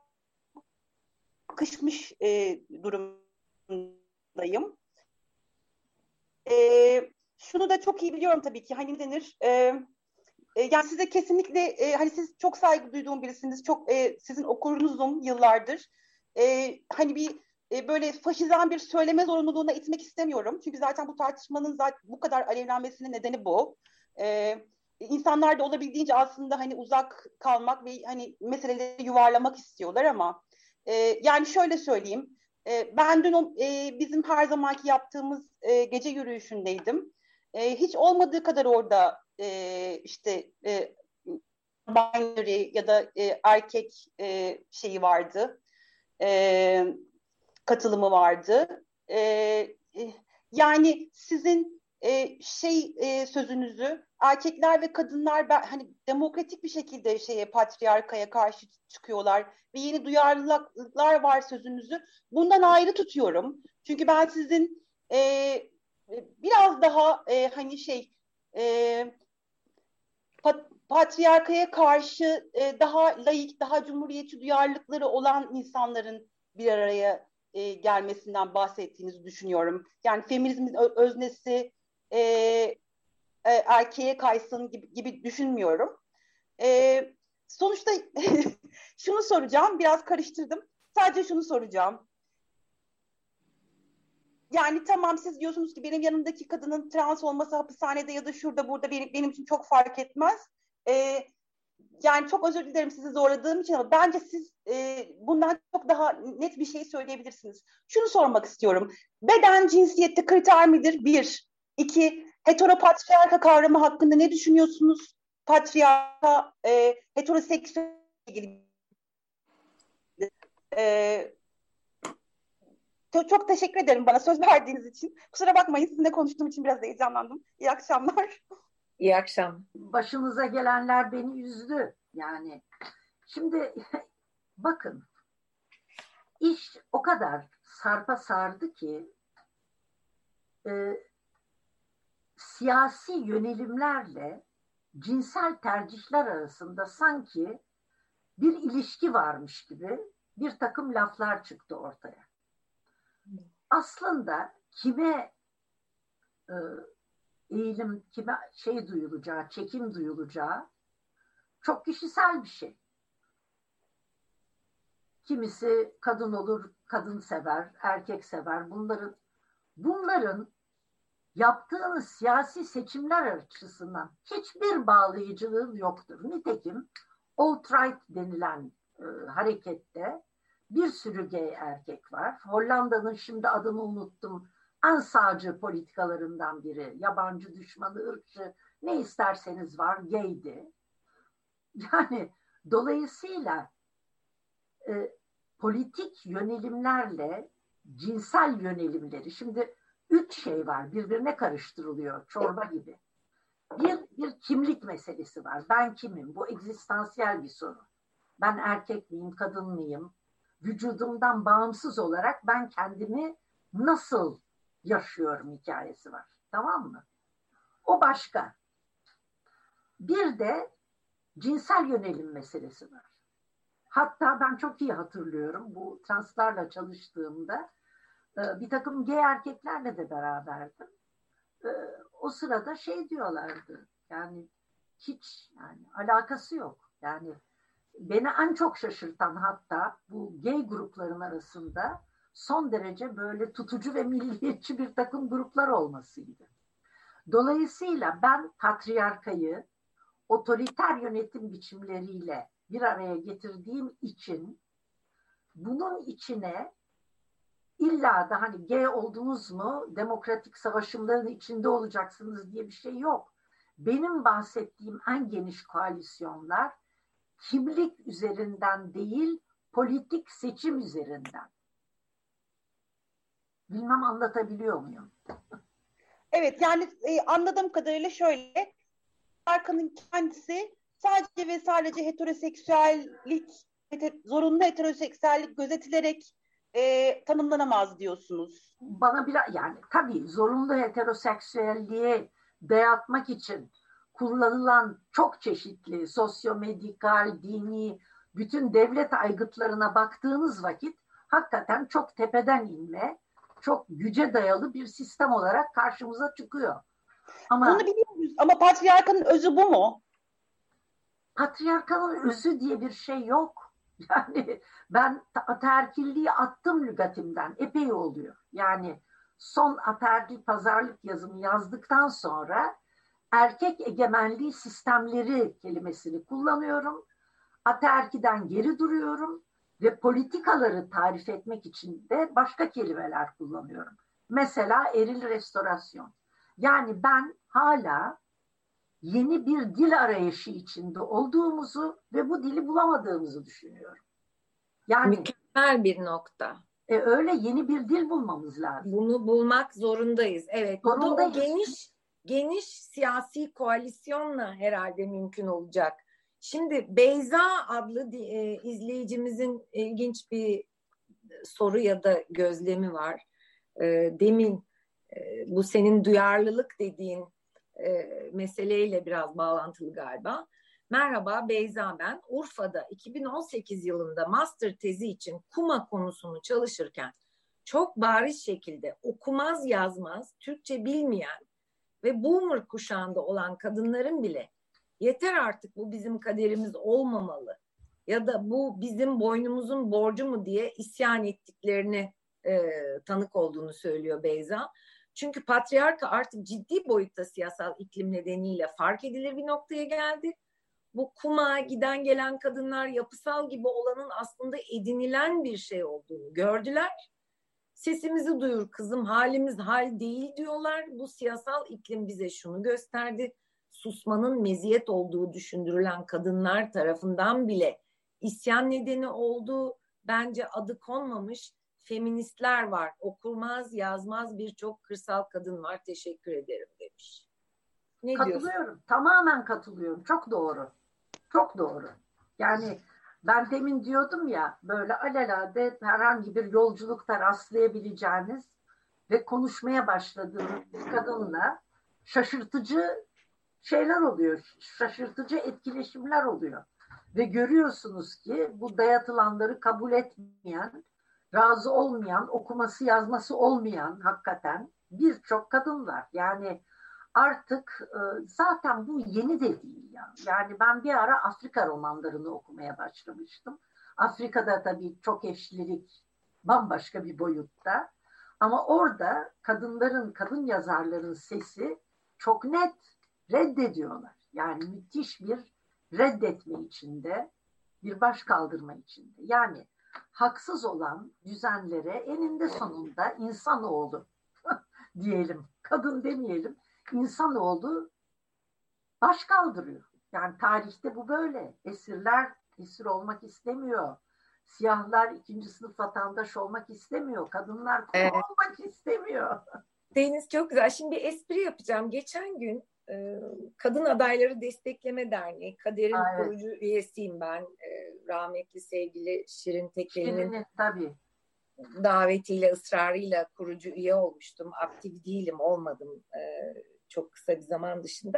kışmış e, durumdayım. E, şunu da çok iyi biliyorum tabii ki, hani denir... E, Yani size kesinlikle e, hani siz çok saygı duyduğum birisiniz. Çok e, sizin okurunuzum yıllardır. E, hani bir e, böyle faşizan bir söyleme zorunluluğuna itmek istemiyorum. Çünkü zaten bu tartışmanın zaten bu kadar alevlenmesinin nedeni bu. E, insanlar da olabildiğince aslında hani uzak kalmak ve hani meseleleri yuvarlamak istiyorlar ama e, yani şöyle söyleyeyim. E, ben dün o, e, bizim her zamanki yaptığımız e, gece yürüyüşündeydim. E, hiç olmadığı kadar orada e, işte e, binary ya da e, erkek e, şeyi vardı, e, katılımı vardı. E, e, yani sizin e, şey e, sözünüzü, erkekler ve kadınlar ben, hani demokratik bir şekilde şeye patriarkaya karşı çıkıyorlar ve yeni duyarlılıklar var sözünüzü bundan ayrı tutuyorum. Çünkü ben sizin e, biraz daha e, hani şey e, pat, patriarkaya karşı e, daha laik, daha cumhuriyetçi duyarlılıkları olan insanların bir araya e, gelmesinden bahsettiğinizi düşünüyorum. Yani feminizmin öznesi e, e, erkeğe kaysın gibi, gibi düşünmüyorum. Ee, sonuçta şunu soracağım, biraz karıştırdım. Sadece şunu soracağım. Yani tamam, siz diyorsunuz ki benim yanımdaki kadının trans olması hapishanede ya da şurada burada benim, benim için çok fark etmez. Ee, yani çok özür dilerim sizi zorladığım için ama bence siz e, bundan çok daha net bir şey söyleyebilirsiniz. Şunu sormak istiyorum. Beden cinsiyette kriter midir? Bir. İki. Heteropatriarka kavramı hakkında ne düşünüyorsunuz? Patriarka, e, heteroseksüel ilgili. E, çok, çok teşekkür ederim bana söz verdiğiniz için. Kusura bakmayın, sizinle konuştuğum için biraz heyecanlandım. İyi akşamlar. İyi akşamlar. Başımıza gelenler beni üzdü. Yani şimdi bakın, iş o kadar sarpa sardı ki e, siyasi yönelimlerle cinsel tercihler arasında sanki bir ilişki varmış gibi bir takım laflar çıktı ortaya. Aslında kime e, eğilim, kime şey duyulacağı, çekim duyulacağı çok kişisel bir şey. Kimisi kadın olur, kadın sever, erkek sever. Bunların bunların yaptığınız siyasi seçimler açısından hiçbir bağlayıcılığı yoktur. Nitekim alt-right denilen e, harekette bir sürü gay erkek var. Hollanda'nın, şimdi adını unuttum, en sağcı politikalarından biri. Yabancı düşmanı, ırkçı, ne isterseniz var, gaydi. Yani dolayısıyla e, politik yönelimlerle cinsel yönelimleri, şimdi üç şey var, birbirine karıştırılıyor çorba gibi. Bir, bir kimlik meselesi var. Ben kimim? Bu egzistansiyel bir soru. Ben erkek miyim, kadın mıyım? Vücudumdan bağımsız olarak ben kendimi nasıl yaşıyorum hikayesi var. Tamam mı? O başka. Bir de cinsel yönelim meselesi var. Hatta ben çok iyi hatırlıyorum, bu translarla çalıştığımda bir takım gay erkeklerle de beraberdim. O sırada şey diyorlardı, yani hiç yani alakası yok. Yani beni en çok şaşırtan hatta bu gay grupların arasında son derece böyle tutucu ve milliyetçi bir takım gruplar olmasıydı. Dolayısıyla ben patriarkayı otoriter yönetim biçimleriyle bir araya getirdiğim için bunun içine illa da hani gay oldunuz mu demokratik savaşımların içinde olacaksınız diye bir şey yok. Benim bahsettiğim en geniş koalisyonlar kimlik üzerinden değil, politik seçim üzerinden. Bilmem anlatabiliyor muyum? Evet, yani e, anladığım kadarıyla şöyle, markanın kendisi sadece ve sadece heteroseksüellik, hete, zorunlu heteroseksüellik gözetilerek e, tanımlanamaz diyorsunuz. Bana biraz, yani tabii zorunlu heteroseksüelliğe dayatmak için kullanılan çok çeşitli sosyomedikal, dini, bütün devlet aygıtlarına baktığınız vakit hakikaten çok tepeden inme, çok güce dayalı bir sistem olarak karşımıza çıkıyor. Ama bunu biliyoruz ama patriarkanın özü bu mu? Patriarkanın özü diye bir şey yok. Yani ben ataerkilliği attım lügatimden, epey oluyor. Yani son ataerkil pazarlık yazımı yazdıktan sonra erkek egemenliği sistemleri kelimesini kullanıyorum. Ataerkiden geri duruyorum ve politikaları tarif etmek için de başka kelimeler kullanıyorum. Mesela eril restorasyon. Yani ben hala yeni bir dil arayışı içinde olduğumuzu ve bu dili bulamadığımızı düşünüyorum. Yani mükemmel bir nokta. E, öyle yeni bir dil bulmamız lazım. Bunu bulmak zorundayız. Evet. Zorundayız. Bu da o geniş geniş siyasi koalisyonla herhalde mümkün olacak. Şimdi Beyza adlı e, izleyicimizin ilginç bir soru ya da gözlemi var. E, demin e, bu senin duyarlılık dediğin e, meseleyle biraz bağlantılı galiba. Merhaba, Beyza ben. Urfa'da iki bin on sekiz yılında master tezi için Kuma konusunu çalışırken çok bariz şekilde okumaz yazmaz, Türkçe bilmeyen ve boomer kuşağında olan kadınların bile Yeter artık, bu bizim kaderimiz olmamalı. Ya da bu bizim boynumuzun borcu mu diye isyan ettiklerini e, tanık olduğunu söylüyor Beyza. Çünkü patriarka artık ciddi boyutta siyasal iklim nedeniyle fark edilir bir noktaya geldi. Bu kuma giden gelen kadınlar yapısal gibi olanın aslında edinilen bir şey olduğunu gördüler. Sesimizi duyur kızım, halimiz hal değil diyorlar. Bu siyasal iklim bize şunu gösterdi: susmanın meziyet olduğu düşündürülen kadınlar tarafından bile isyan nedeni oldu. Bence adı konmamış feministler var. Okurmaz, yazmaz birçok kırsal kadın var. Teşekkür ederim demiş. Ne katılıyorum. diyorsun? Tamamen katılıyorum. Çok doğru. Çok doğru. Yani ben demin diyordum ya, böyle alelade herhangi bir yolculukta rastlayabileceğiniz ve konuşmaya başladığınız bir kadınla şaşırtıcı şeyler oluyor. Şaşırtıcı etkileşimler oluyor. Ve görüyorsunuz ki bu dayatılanları kabul etmeyen, razı olmayan, okuması yazması olmayan hakikaten birçok kadın var. Yani artık e, zaten bu yeni de değil ya. Yani ben bir ara Afrika romanlarını okumaya başlamıştım. Afrika'da tabii çok eşlilik bambaşka bir boyutta. Ama orada kadınların, kadın yazarların sesi çok net, reddediyorlar. Yani müthiş bir reddetme içinde, bir baş kaldırma içinde. Yani haksız olan düzenlere eninde sonunda insanoğlu diyelim, kadın demeyelim, insanoğlu baş kaldırıyor. Yani tarihte bu böyle. Esirler esir olmak istemiyor. Siyahlar ikinci sınıf vatandaş olmak istemiyor. Kadınlar kul evet. olmak istemiyor. Deniz çok güzel. Şimdi bir espri yapacağım. Geçen gün e, Kadın Adayları Destekleme Derneği, Kader'in evet. kurucu üyesiyim ben. E, rahmetli sevgili Şirin Tekeli'nin tabii. davetiyle, ısrarıyla kurucu üye olmuştum. Aktif değilim, olmadım e, çok kısa bir zaman dışında.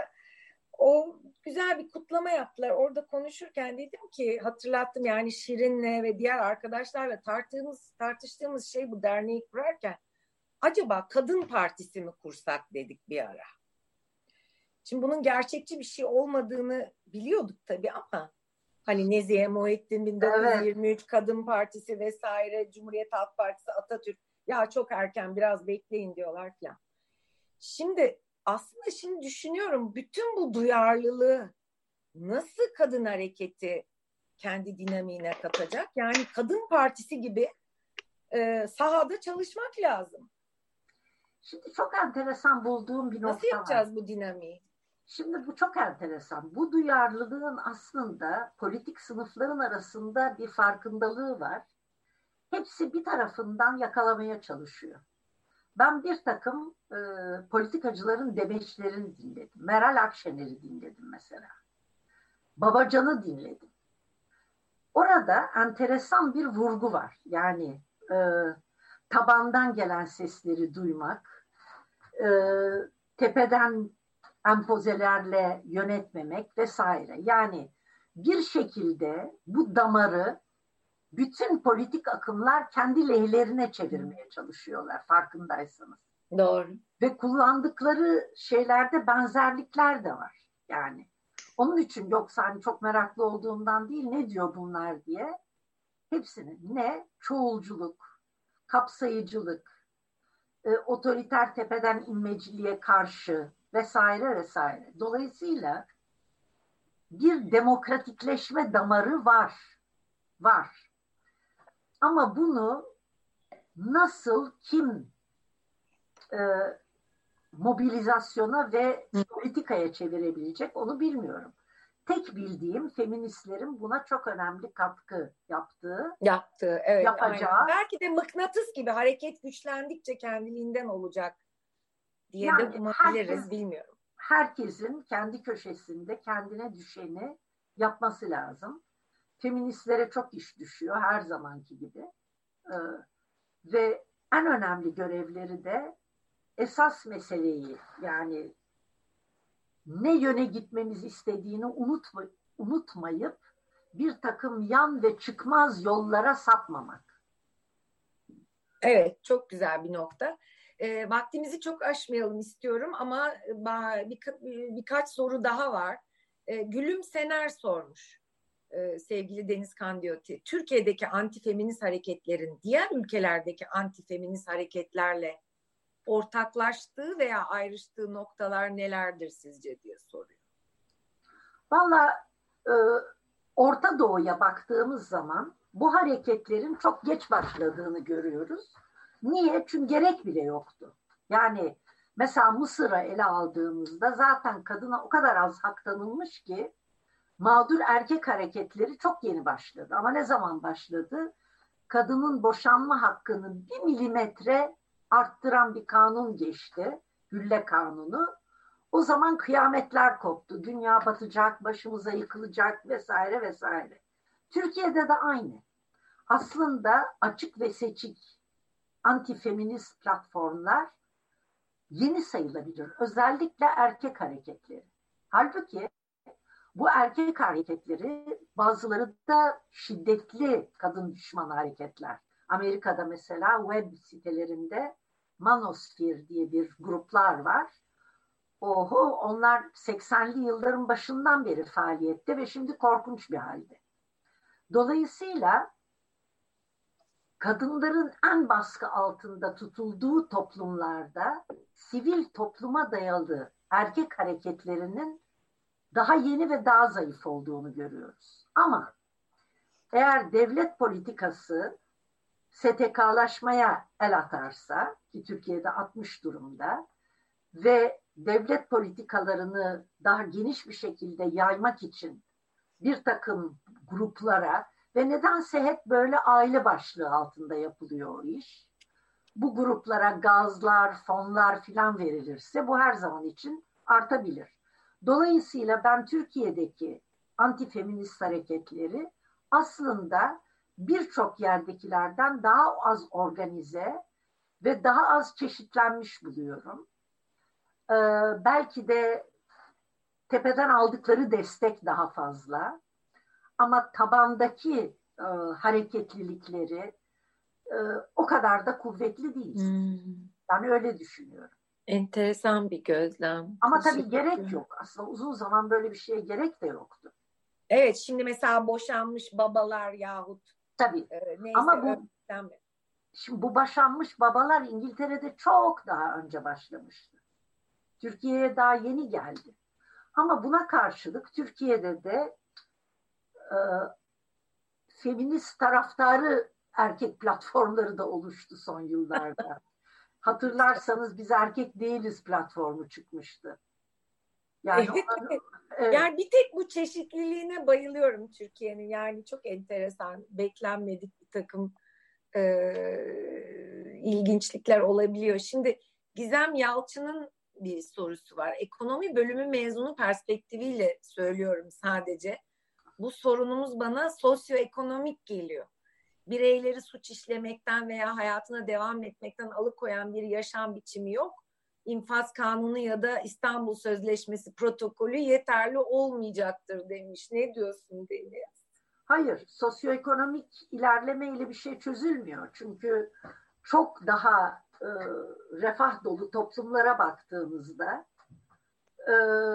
O güzel bir kutlama yaptılar. Orada konuşurken dedim ki, hatırlattım yani Şirin'le ve diğer arkadaşlarla tartıştığımız, tartıştığımız şey bu derneği kurarken, acaba kadın partisi mi kursak dedik bir ara. Şimdi bunun gerçekçi bir şey olmadığını biliyorduk tabii ama hani Nezihe Muhittin bin dokuz yüz yirmi üç evet. Kadın Partisi vesaire, Cumhuriyet Halk Partisi, Atatürk, ya çok erken biraz bekleyin diyorlar falan. Şimdi aslında şimdi düşünüyorum, bütün bu duyarlılığı nasıl kadın hareketi kendi dinamiğine katacak? Yani Kadın Partisi gibi e, sahada çalışmak lazım. Şimdi çok enteresan bulduğum bir nokta var. Nasıl yapacağız var. bu dinamiği? Şimdi bu çok enteresan. Bu duyarlılığın aslında politik sınıfların arasında bir farkındalığı var. Hepsi bir tarafından yakalamaya çalışıyor. Ben bir takım e, politikacıların demeçlerini dinledim. Meral Akşener'i dinledim mesela. Babacan'ı dinledim. Orada enteresan bir vurgu var. Yani e, tabandan gelen sesleri duymak, e, tepeden empozelerle yönetmemek vesaire. Yani bir şekilde bu damarı bütün politik akımlar kendi lehlerine çevirmeye çalışıyorlar, farkındaysanız. Doğru. Ve kullandıkları şeylerde benzerlikler de var. Yani onun için, yoksa hani çok meraklı olduğumdan değil, ne diyor bunlar diye. Hepsinin ne? Çoğulculuk, kapsayıcılık, e, otoriter tepeden inmeciliğe karşı vesaire vesaire. Dolayısıyla bir demokratikleşme damarı var. Var. Ama bunu nasıl, kim e, mobilizasyona ve politikaya çevirebilecek onu bilmiyorum. Tek bildiğim, feministlerin buna çok önemli katkı yaptığı, yaptığı, evet, yapacağı. Aynen. Belki de mıknatıs gibi hareket güçlendikçe kendiliğinden olacak diye yani de umabiliriz, herkes, bilmiyorum. Herkesin kendi köşesinde kendine düşeni yapması lazım. Feministlere çok iş düşüyor her zamanki gibi. Ee, ve en önemli görevleri de esas meseleyi, yani ne yöne gitmemiz istediğini unutma, unutmayıp bir takım yan ve çıkmaz yollara sapmamak. Evet, çok güzel bir nokta. E, vaktimizi çok aşmayalım istiyorum ama bir, bir, birkaç soru daha var. E, Gülüm Sener sormuş. E, sevgili Deniz Kandiyoti. Türkiye'deki antifeminist hareketlerin diğer ülkelerdeki antifeminist hareketlerle ortaklaştığı veya ayrıştığı noktalar nelerdir sizce diye soruyor. Valla e, Orta Doğu'ya baktığımız zaman bu hareketlerin çok geç başladığını görüyoruz. Niye? Çünkü gerek bile yoktu. Yani mesela Mısır'ı ele aldığımızda zaten kadına o kadar az hak tanınmış ki mağdur erkek hareketleri çok yeni başladı. Ama ne zaman başladı? Kadının boşanma hakkını bir milimetre arttıran bir kanun geçti. Gülle Kanunu. O zaman kıyametler koptu. Dünya batacak, başımıza yıkılacak vesaire vesaire. Türkiye'de de aynı. Aslında açık ve seçik antifeminist platformlar yeni sayılabilir. Özellikle erkek hareketleri. Halbuki bu erkek hareketleri bazıları da şiddetli kadın düşmanı hareketler. Amerika'da mesela web sitelerinde Manosphere diye bir gruplar var. Oho, onlar seksenli yılların başından beri faaliyette ve şimdi korkunç bir halde. Dolayısıyla kadınların en baskı altında tutulduğu toplumlarda sivil topluma dayalı erkek hareketlerinin daha yeni ve daha zayıf olduğunu görüyoruz. Ama eğer devlet politikası S T K'laşmaya el atarsa, ki Türkiye'de atmış durumda, ve devlet politikalarını daha geniş bir şekilde yaymak için bir takım gruplara ve nedense hep böyle aile başlığı altında yapılıyor o iş. Bu gruplara gazlar, fonlar filan verilirse bu her zaman için artabilir. Dolayısıyla ben Türkiye'deki antifeminist hareketleri aslında birçok yerdekilerden daha az organize ve daha az çeşitlenmiş buluyorum. Ee, belki de tepeden aldıkları destek daha fazla. Ama tabandaki e, hareketlilikleri e, o kadar da kuvvetli değil. Hmm. Ben öyle düşünüyorum. Enteresan bir gözlem. Ama tabii gerek yok. Aslında uzun zaman böyle bir şeye gerek de yoktu. Evet, şimdi mesela boşanmış babalar yahut tabii. E, neyse. Ama bu şimdi bu boşanmış babalar İngiltere'de çok daha önce başlamıştı. Türkiye'ye daha yeni geldi. Ama buna karşılık Türkiye'de de e, feminist taraftarı erkek platformları da oluştu son yıllarda. Hatırlarsanız biz erkek değiliz platformu çıkmıştı. Yani, onları, evet. Yani bir tek bu çeşitliliğine bayılıyorum Türkiye'nin. Yani çok enteresan, beklenmedik bir takım e, ilginçlikler olabiliyor. Şimdi Gizem Yalçın'ın bir sorusu var. Ekonomi bölümü mezunu perspektifiyle söylüyorum sadece. Bu sorunumuz bana sosyoekonomik geliyor. Bireyleri suç işlemekten veya hayatına devam etmekten alıkoyan bir yaşam biçimi yok. İnfaz Kanunu ya da İstanbul Sözleşmesi protokolü yeterli olmayacaktır demiş. Ne diyorsun Deniz? Hayır, sosyoekonomik ilerlemeyle bir şey çözülmüyor. Çünkü çok daha e, refah dolu toplumlara baktığımızda e,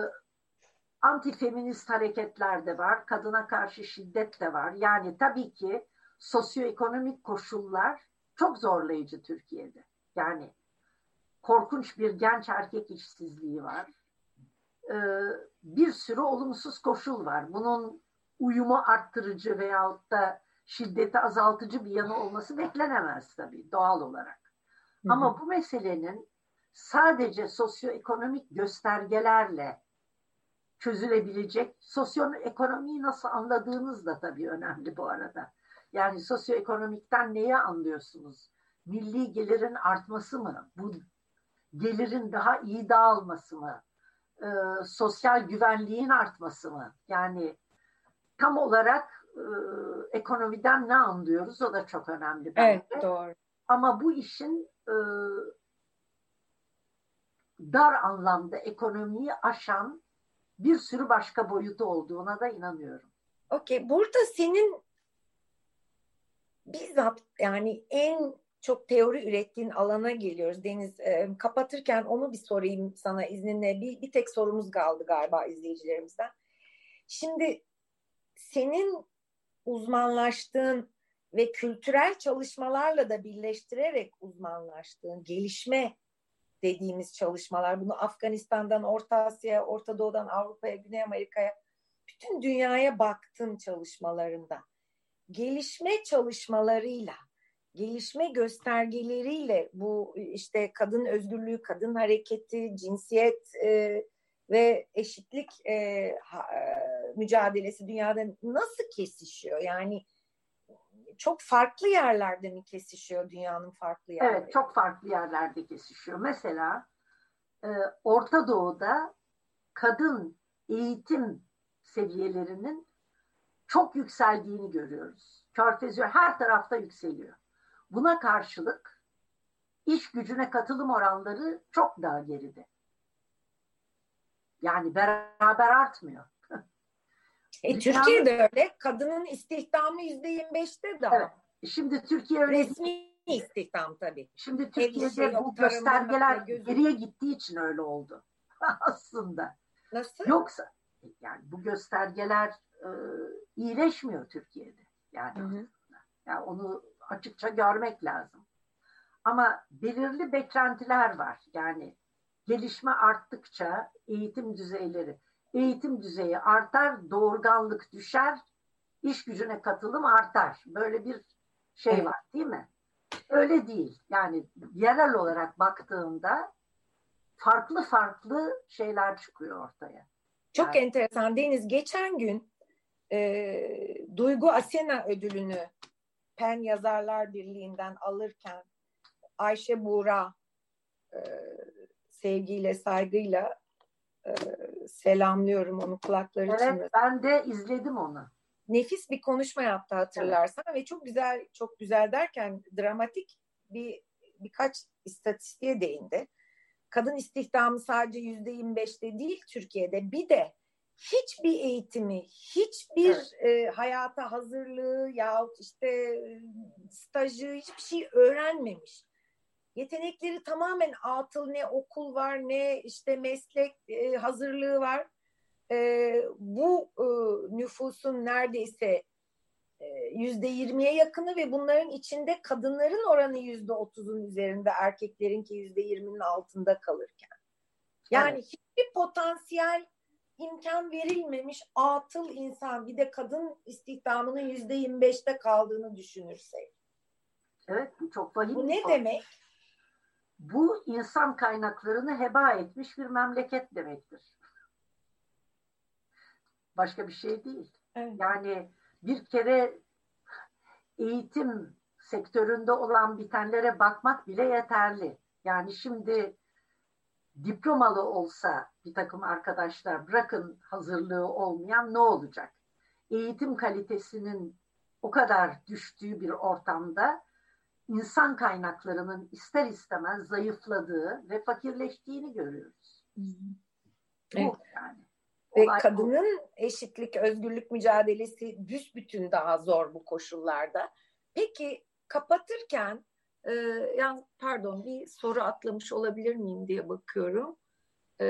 antifeminist hareketler de var, kadına karşı şiddet de var. Yani tabii ki sosyoekonomik koşullar çok zorlayıcı Türkiye'de. Yani korkunç bir genç erkek işsizliği var. Ee, bir sürü olumsuz koşul var. Bunun uyumu arttırıcı veyahut da şiddeti azaltıcı bir yanı olması beklenemez tabii doğal olarak. Hı-hı. Ama bu meselenin sadece sosyoekonomik göstergelerle çözülebilecek, sosyoekonomiyi nasıl anladığınız da tabii önemli bu arada. Yani sosyoekonomikten neyi anlıyorsunuz? Milli gelirin artması mı? Bu gelirin daha iyi dağılması mı? Ee, sosyal güvenliğin artması mı? Yani tam olarak e, ekonomiden ne anlıyoruz? O da çok önemli bence. Evet, doğru. Ama bu işin e, dar anlamda ekonomiyi aşan bir sürü başka boyutu olduğuna da inanıyorum. Okey. Burada senin bizzat yani en çok teori ürettiğin alana geliyoruz. Deniz, e, kapatırken onu bir sorayım sana izninle. Bir, bir tek sorumuz kaldı galiba izleyicilerimizden. Şimdi senin uzmanlaştığın ve kültürel çalışmalarla da birleştirerek uzmanlaştığın gelişme dediğimiz çalışmalar, bunu Afganistan'dan Orta Asya'ya, Orta Doğu'dan Avrupa'ya, Güney Amerika'ya, bütün dünyaya baktın çalışmalarında. Gelişme çalışmalarıyla, gelişme göstergeleriyle bu işte kadın özgürlüğü, kadın hareketi, cinsiyet e, ve eşitlik e, ha, mücadelesi dünyada nasıl kesişiyor? Yani çok farklı yerlerde mi kesişiyor dünyanın farklı yerleri? Evet, çok farklı yerlerde kesişiyor. Mesela e, Orta Doğu'da kadın eğitim seviyelerinin çok yükseldiğini görüyoruz. Körfez her tarafta yükseliyor. Buna karşılık iş gücüne katılım oranları çok daha geride. Yani beraber artmıyor. E, Dünyanın... Türkiye'de öyle. Kadının istihdamı yüzde yirmi beşte daha. Evet. Şimdi Türkiye öyle. Resmi istihdam tabii. Şimdi Türkiye'de şey yok, bu göstergeler gözü... geriye gittiği için öyle oldu. Aslında. Nasıl? Yoksa yani bu göstergeler e, iyileşmiyor Türkiye'de. Yani, hı hı. yani onu açıkça görmek lazım. Ama belirli beklentiler var. Yani gelişme arttıkça eğitim düzeyleri, eğitim düzeyi artar, doğurganlık düşer, iş gücüne katılım artar. Böyle bir şey evet. var değil mi? Öyle değil. Yani yerel olarak baktığında farklı farklı şeyler çıkıyor ortaya. Çok yani. enteresan. Deniz, geçen gün e, Duygu Asena ödülünü Pen Yazarlar Birliği'nden alırken Ayşe Buğra e, sevgiyle, saygıyla e, selamlıyorum onu kulakları evet, çınlasın. Evet, ben de izledim onu. Nefis bir konuşma yaptı hatırlarsan, evet. Ve çok güzel, çok güzel derken dramatik bir birkaç istatistiğe değindi. Kadın istihdamı sadece yüzde yirmi beşte değil Türkiye'de, bir de hiçbir eğitimi, hiçbir evet. e, hayata hazırlığı yahut işte e, stajı, hiçbir şey öğrenmemiş. Yetenekleri tamamen atıl, ne okul var ne işte meslek e, hazırlığı var. E, bu e, nüfusun neredeyse yüzde yirmiye yakını ve bunların içinde kadınların oranı yüzde otuzun üzerinde, erkeklerinki yüzde yirminin altında kalırken. Yani evet. hiçbir potansiyel imkan verilmemiş atıl insan, bir de kadın istihdamının yüzde yirmi beşte kaldığını düşünürsek. Evet, bu çok vahim. Bu ne demek? Bu insan kaynaklarını heba etmiş bir memleket demektir. Başka bir şey değil. Evet. Yani bir kere eğitim sektöründe olan bitenlere bakmak bile yeterli. Yani şimdi diplomalı olsa bir takım arkadaşlar, bırakın hazırlığı olmayan, ne olacak? Eğitim kalitesinin o kadar düştüğü bir ortamda insan kaynaklarının ister istemez zayıfladığı ve fakirleştiğini görüyoruz. Hı hı. Evet. Bu yani. Ve kadının eşitlik, özgürlük mücadelesi büsbütün daha zor bu koşullarda. Peki kapatırken, e, yani pardon bir soru atlamış olabilir miyim diye bakıyorum. E,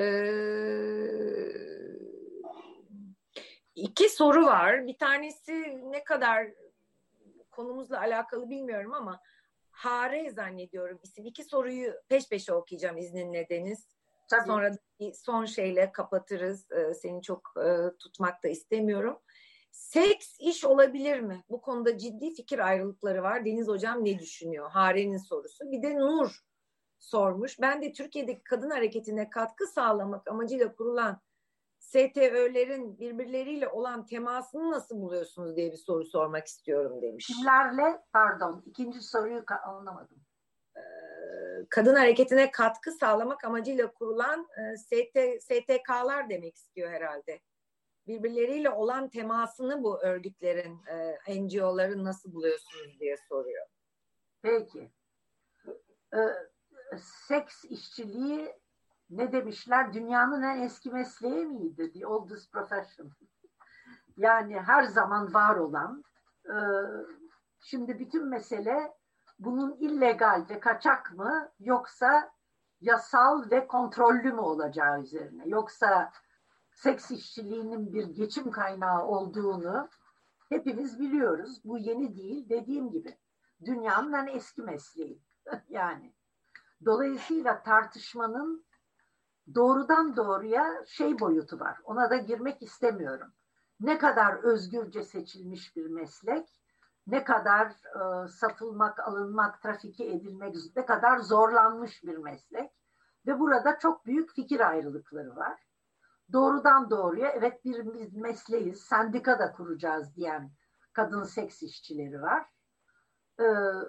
iki soru var. Bir tanesi ne kadar konumuzla alakalı bilmiyorum ama Hare zannediyorum isim. İki soruyu peş peşe okuyacağım izninle Deniz. Tabii. Sonra bir son şeyle kapatırız. Ee, seni çok e, tutmak da istemiyorum. Seks iş olabilir mi? Bu konuda ciddi fikir ayrılıkları var. Deniz Hocam ne düşünüyor? Hare'nin sorusu. Bir de Nur sormuş. Ben de Türkiye'deki kadın hareketine katkı sağlamak amacıyla kurulan S T Ö'lerin birbirleriyle olan temasını nasıl buluyorsunuz diye bir soru sormak istiyorum demiş. Kimlerle? Pardon. İkinci soruyu anlamadım. Kadın hareketine katkı sağlamak amacıyla kurulan e, S T, S T K'lar demek istiyor herhalde. Birbirleriyle olan temasını bu örgütlerin, e, N G O'ların nasıl buluyorsunuz diye soruyor. Peki. Ee, seks işçiliği ne demişler? Dünyanın en eski mesleği miydi? The oldest profession. Yani her zaman var olan. E, şimdi bütün mesele bunun illegal ve kaçak mı yoksa yasal ve kontrollü mü olacağı üzerine. Yoksa seks işçiliğinin bir geçim kaynağı olduğunu hepimiz biliyoruz. Bu yeni değil, dediğim gibi. Dünyanın en eski mesleği. Yani. Dolayısıyla tartışmanın doğrudan doğruya şey boyutu var. Ona da girmek istemiyorum. Ne kadar özgürce seçilmiş bir meslek, ne kadar e, satılmak, alınmak, trafike edilmek, ne kadar zorlanmış bir meslek. Ve burada çok büyük fikir ayrılıkları var. Doğrudan doğruya evet bir mesleğiz, sendika da kuracağız diyen kadın seks işçileri var. Ee,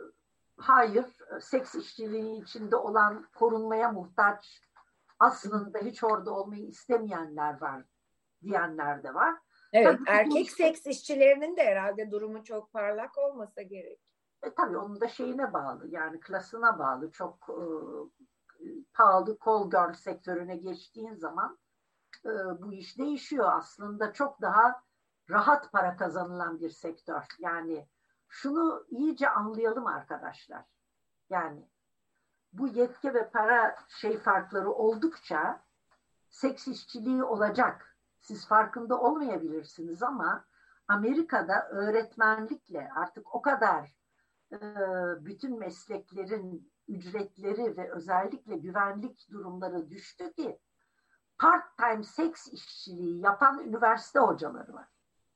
hayır, seks işçiliği içinde olan korunmaya muhtaç, aslında hiç orada olmayı istemeyenler var diyenler de var. Evet, tabii erkek bu, seks işçilerinin de herhalde durumu çok parlak olmasa gerek. E, tabii onun da şeyine bağlı, yani klasına bağlı. Çok e, pahalı call girl sektörüne geçtiğin zaman e, bu iş değişiyor. Aslında çok daha rahat para kazanılan bir sektör. Yani şunu iyice anlayalım arkadaşlar. Yani bu yetki ve para şey farkları oldukça seks işçiliği olacak. Siz farkında olmayabilirsiniz ama Amerika'da öğretmenlikle artık o kadar e, bütün mesleklerin ücretleri ve özellikle güvenlik durumları düştü ki part-time seks işçiliği yapan üniversite hocaları var.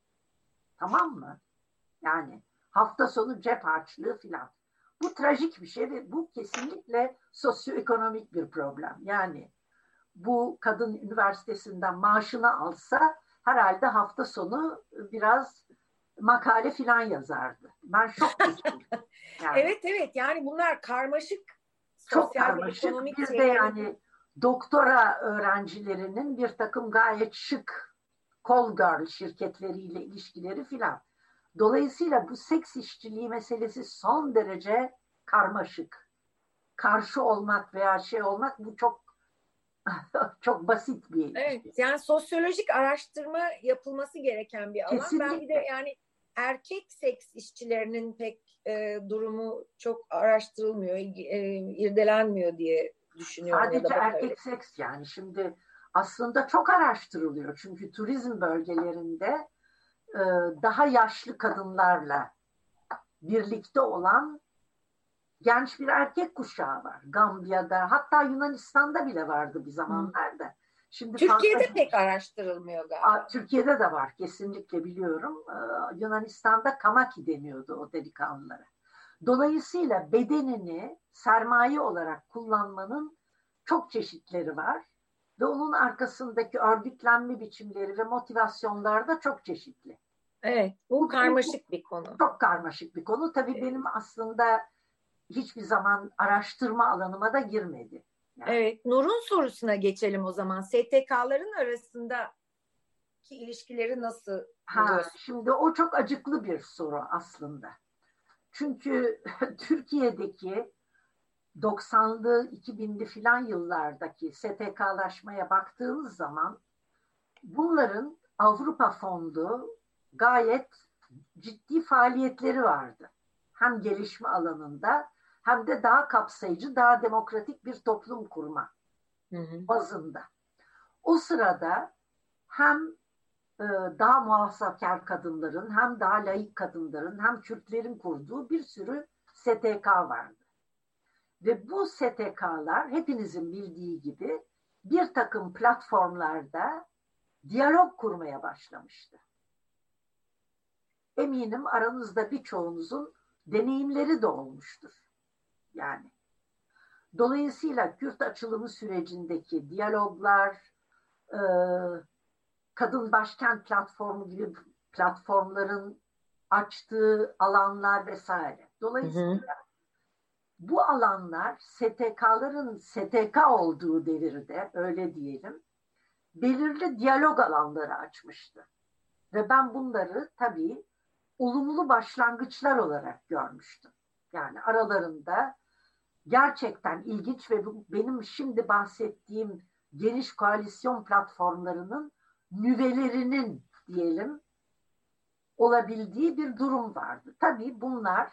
Tamam mı? Yani hafta sonu cep harçlığı filan. Bu trajik bir şey ve bu kesinlikle sosyoekonomik bir problem. Yani bu kadın üniversitesinden maaşını alsa herhalde hafta sonu biraz makale filan yazardı. Ben şok geçirdim. Yani. Evet evet, yani bunlar karmaşık. Çok karmaşık. Bir de yani doktora öğrencilerinin bir takım gayet şık call girl şirketleriyle ilişkileri filan. Dolayısıyla bu seks işçiliği meselesi son derece karmaşık. Karşı olmak veya şey olmak bu çok çok basit bir evet, şey. Yani sosyolojik araştırma yapılması gereken bir alan. Kesinlikle. Ben bir de yani erkek seks işçilerinin pek e, durumu çok araştırılmıyor, e, irdelenmiyor diye düşünüyorum. Sadece ya da erkek öyle. Seks yani şimdi aslında çok araştırılıyor. Çünkü turizm bölgelerinde e, daha yaşlı kadınlarla birlikte olan genç bir erkek kuşağı var. Gambiya'da, hatta Yunanistan'da bile vardı bir zamanlarda. Şimdi Türkiye'de fazla... pek araştırılmıyor galiba. Aa, Türkiye'de de var, kesinlikle biliyorum. Ee, Yunanistan'da kamaki deniyordu o delikanlılara. Dolayısıyla bedenini sermaye olarak kullanmanın çok çeşitleri var. Ve onun arkasındaki örgütlenme biçimleri ve motivasyonlar da çok çeşitli. Evet, bu, bu karmaşık bir konu. Çok karmaşık bir konu. Tabii evet. Benim aslında hiçbir zaman araştırma alanıma da girmedi. Yani. Evet, Nur'un sorusuna geçelim o zaman. S T K'ların arasındaki ilişkileri nasıl buluyorsun? Şimdi o çok acıklı bir soru aslında. Çünkü Türkiye'deki doksanlı, iki binli filan yıllardaki S T K'laşmaya baktığınız zaman bunların Avrupa fondu gayet ciddi faaliyetleri vardı. Hem gelişme alanında hem de daha kapsayıcı, daha demokratik bir toplum kurma hı hı. bazında. O sırada hem e, daha muhafazakar kadınların, hem daha laik kadınların, hem Kürtlerin kurduğu bir sürü S T K vardı. Ve bu S T K'lar hepinizin bildiği gibi bir takım platformlarda diyalog kurmaya başlamıştı. Eminim aranızda birçoğunuzun deneyimleri de olmuştur. Yani dolayısıyla Kürt açılımı sürecindeki diyaloglar, e, kadın başkent platformu gibi platformların açtığı alanlar vesaire. Dolayısıyla hı hı. bu alanlar S T K'ların S T K olduğu devirde, öyle diyelim, belirli diyalog alanları açmıştı. Ve ben bunları tabii olumlu başlangıçlar olarak görmüştüm. Yani aralarında gerçekten ilginç ve bu benim şimdi bahsettiğim geniş koalisyon platformlarının nüvelerinin diyelim olabildiği bir durum vardı. Tabii bunlar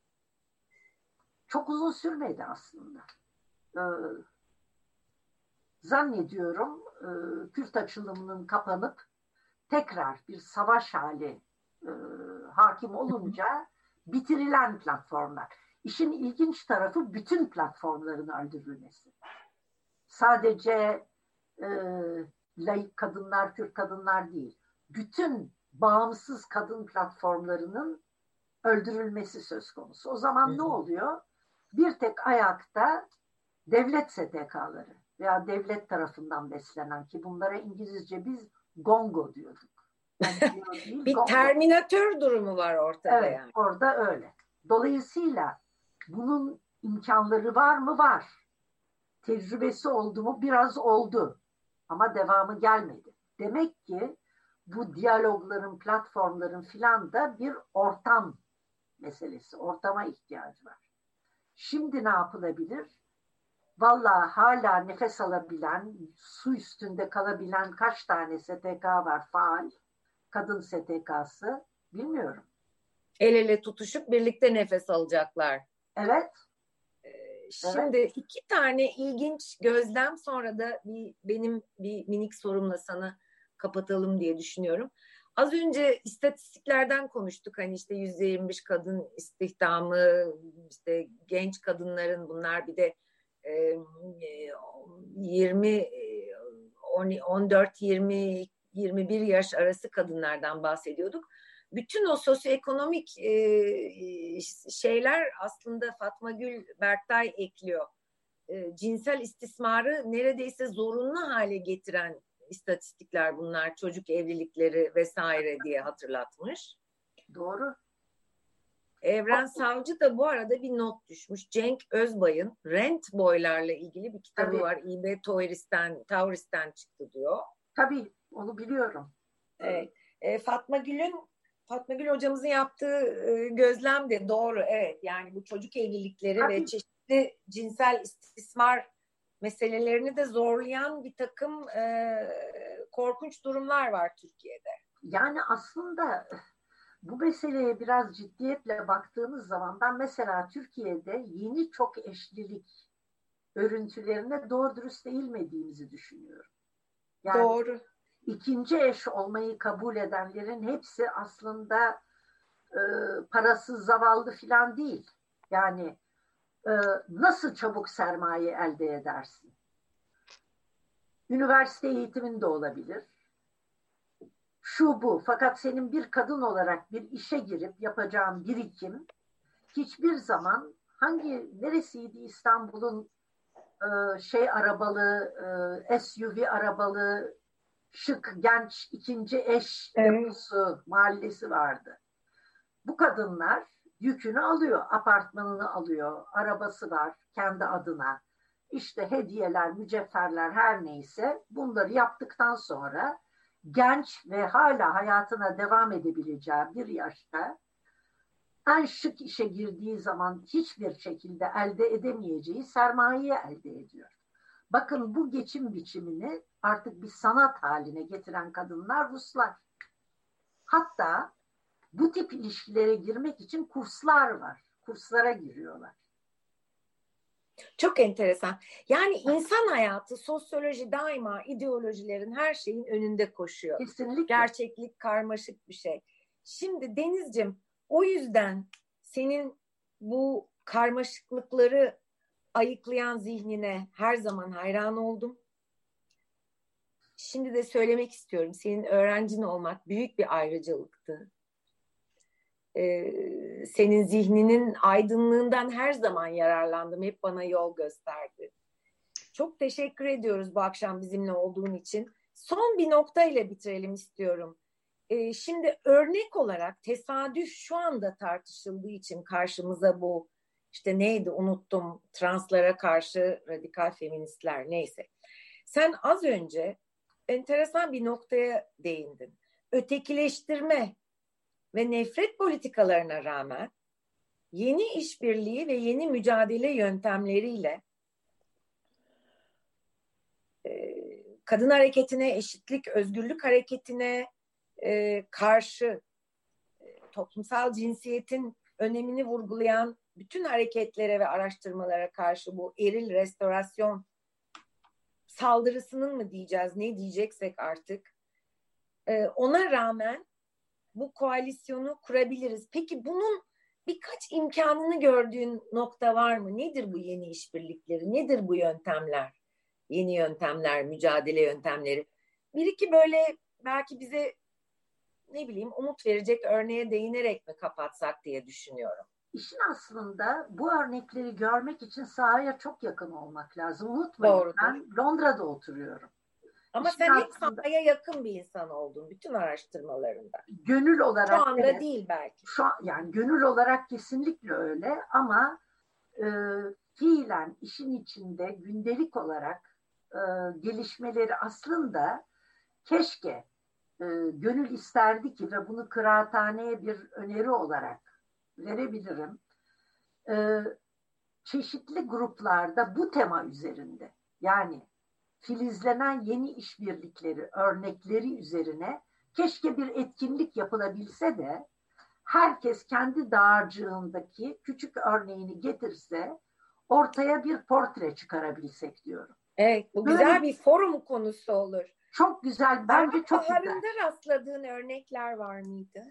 çok uzun sürmedi aslında. Ee, zannediyorum e, Kürt açılımının kapanıp tekrar bir savaş hali e, hakim olunca bitirilen platformlar. İşin ilginç tarafı bütün platformların öldürülmesi. Sadece e, laik kadınlar, Kürt kadınlar değil. Bütün bağımsız kadın platformlarının öldürülmesi söz konusu. O zaman ne oluyor? Bir tek ayakta devlet S T K'ları veya devlet tarafından beslenen, ki bunlara İngilizce biz gongo diyorduk. Yani değil, bir gongo. terminatör durumu var ortada evet, yani. Orada öyle. Dolayısıyla bunun imkanları var mı? Var. Tecrübesi oldu mu? Biraz oldu. Ama devamı gelmedi. Demek ki bu diyalogların, platformların filan da bir ortam meselesi. Ortama ihtiyacı var. Şimdi ne yapılabilir? Vallahi hala nefes alabilen, su üstünde kalabilen kaç tane S T K var faal? Kadın S T K'sı. Bilmiyorum. El ele tutuşup birlikte nefes alacaklar. Evet. Ee, şimdi evet. iki tane ilginç gözlem, sonra da bir benim bir minik sorumla sana kapatalım diye düşünüyorum. Az önce istatistiklerden konuştuk. Hani işte yüzde yirmi beş kadın istihdamı, işte genç kadınların, bunlar bir de yirmi on dört yirmi yirmi bir yaş arası kadınlardan bahsediyorduk. Bütün o sosyoekonomik şeyler aslında Fatma Gül Berktay ekliyor. Cinsel istismarı neredeyse zorunlu hale getiren istatistikler bunlar. Çocuk evlilikleri vesaire diye hatırlatmış. Doğru. Evren Savcı da bu arada bir not düşmüş. Cenk Özbay'ın Rent Boy'larla ilgili bir kitabı Tabii. var. İbe Tauris'ten, Tauris'ten çıktı diyor. Tabii, onu biliyorum. Evet. E, Fatma Gül'ün Fatma Gül hocamızın yaptığı e, gözlem de doğru. Evet. Yani bu çocuk evlilikleri Tabii. ve çeşitli cinsel istismar meselelerini de zorlayan bir takım e, korkunç durumlar var Türkiye'de. Yani aslında bu meseleye biraz ciddiyetle baktığımız zaman ben mesela Türkiye'de yeni çok eşlilik örüntülerine doğru dürüst eğilmediğimizi düşünüyorum. Yani doğru. İkinci eş olmayı kabul edenlerin hepsi aslında e, parasız, zavallı falan değil. Yani e, nasıl çabuk sermaye elde edersin? Üniversite eğitimin de olabilir. Şu bu. Fakat senin bir kadın olarak bir işe girip yapacağın birikim hiçbir zaman hangi neresiydi İstanbul'un e, şey arabalı, e, S U V arabalı, şık, genç, ikinci eş evet. yapısı, mahallesi vardı. Bu kadınlar yükünü alıyor, apartmanını alıyor, arabası var kendi adına. İşte hediyeler, mücevherler her neyse bunları yaptıktan sonra genç ve hala hayatına devam edebileceği bir yaşta en şık işe girdiği zaman hiçbir şekilde elde edemeyeceği sermayeyi elde ediyor. Bakın bu geçim biçimini artık bir sanat haline getiren kadınlar Ruslar. Hatta bu tip ilişkilere girmek için kurslar var. Kurslara giriyorlar. Çok enteresan. Yani insan hayatı, sosyoloji daima ideolojilerin, her şeyin önünde koşuyor. Kesinlikle. Gerçeklik karmaşık bir şey. Şimdi Denizciğim, o yüzden senin bu karmaşıklıkları ayıklayan zihnine her zaman hayran oldum. Şimdi de söylemek istiyorum. Senin öğrencin olmak büyük bir ayrıcalıktı. Ee, senin zihninin aydınlığından her zaman yararlandım. Hep bana yol gösterdi. Çok teşekkür ediyoruz bu akşam bizimle olduğun için. Son bir noktayla bitirelim istiyorum. Ee, şimdi örnek olarak tesadüf şu anda tartışıldığı için karşımıza bu işte neydi unuttum, translara karşı radikal feministler neyse. Sen az önce enteresan bir noktaya değindin. Ötekileştirme ve nefret politikalarına rağmen yeni işbirliği ve yeni mücadele yöntemleriyle e, kadın hareketine, eşitlik, özgürlük hareketine e, karşı e, toplumsal cinsiyetin önemini vurgulayan bütün hareketlere ve araştırmalara karşı bu eril restorasyon saldırısının mı diyeceğiz, ne diyeceksek artık, e, ona rağmen bu koalisyonu kurabiliriz. Peki bunun birkaç imkanını gördüğün nokta var mı? Nedir bu yeni işbirlikleri? Nedir bu yöntemler? Yeni yöntemler, mücadele yöntemleri. Bir iki böyle belki bize ne bileyim umut verecek örneğe değinerek mi kapatsak diye düşünüyorum. İşin aslında bu örnekleri görmek için sahaya çok yakın olmak lazım. Unutmayın, Doğrudur. Ben Londra'da oturuyorum. Ama İşin sen hep aslında, sahaya yakın bir insan oldun bütün araştırmalarında. Gönül olarak. Şu anda evet, değil belki. Şu an, yani gönül olarak kesinlikle öyle ama e, fiilen işin içinde gündelik olarak e, gelişmeleri aslında keşke e, gönül isterdi ki ve bunu kıraathaneye bir öneri olarak verebilirim. E, çeşitli gruplarda bu tema üzerinde, yani filizlenen yeni işbirlikleri örnekleri üzerine keşke bir etkinlik yapılabilse de herkes kendi dağarcığındaki küçük örneğini getirse ortaya bir portre çıkarabilsek diyorum. Evet, bu Böyle, güzel bir forum konusu olur. Çok güzel, bence Ama çok güzel. baharında rastladığın örnekler var mıydı?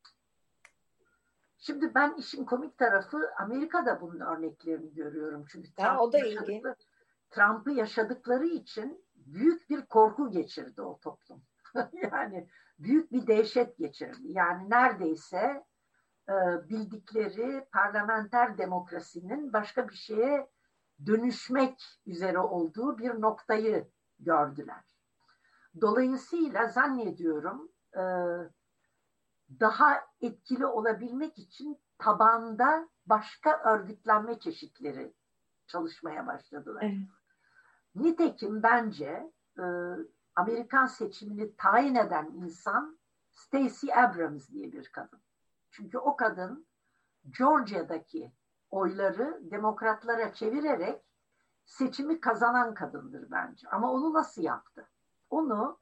Şimdi ben işin komik tarafı Amerika'da bunun örneklerini görüyorum. Çünkü Ha, o da ilginç. Trump'ı yaşadıkları için büyük bir korku geçirdi o toplum. Yani büyük bir dehşet geçirdi. Yani neredeyse e, bildikleri parlamenter demokrasinin başka bir şeye dönüşmek üzere olduğu bir noktayı gördüler. Dolayısıyla zannediyorum e, daha etkili olabilmek için tabanda başka örgütlenme çeşitleri çalışmaya başladılar. Evet. Nitekim bence e, Amerikan seçimini tayin eden insan Stacey Abrams diye bir kadın. Çünkü o kadın Georgia'daki oyları demokratlara çevirerek seçimi kazanan kadındır bence. Ama onu nasıl yaptı? Onu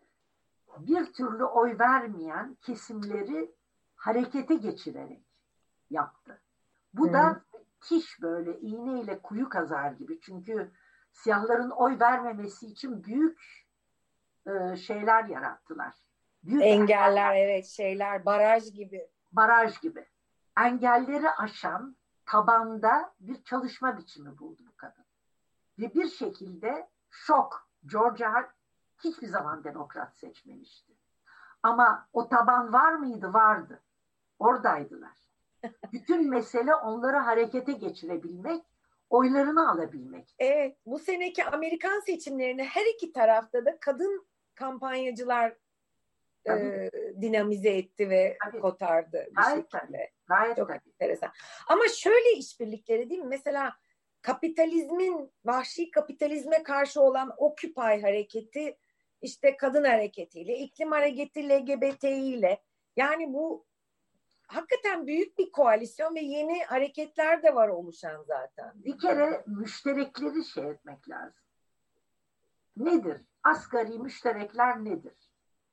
bir türlü oy vermeyen kesimleri harekete geçirerek yaptı. Bu hmm. da müthiş, böyle iğneyle kuyu kazar gibi. Çünkü siyahların oy vermemesi için büyük e, şeyler yarattılar. Büyük engeller, engeller, evet, şeyler, baraj gibi. Baraj gibi. Engelleri aşan tabanda bir çalışma biçimi buldu bu kadın. Ve bir şekilde şok. Georgia hiçbir zaman demokrat seçmemişti. Ama o taban var mıydı? Vardı. Oradaydılar. Bütün mesele onları harekete geçirebilmek, oylarını alabilmek. Evet, bu seneki Amerikan seçimlerini her iki tarafta da kadın kampanyacılar e, dinamize etti ve tabii. kotardı bir gayet şekilde. Tabii. Gayet Çok tabii. enteresan. Ama şöyle işbirlikleri değil mi? Mesela kapitalizmin, vahşi kapitalizme karşı olan Occupy hareketi, işte kadın hareketiyle, iklim hareketi L G B T ile, yani bu hakikaten büyük bir koalisyon ve yeni hareketler de var oluşan zaten. Bir kere müşterekleri şey etmek lazım. Nedir? Asgari müşterekler nedir?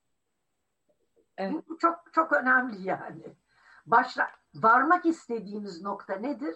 Evet. Bu çok çok önemli yani. Başla, varmak istediğimiz nokta nedir?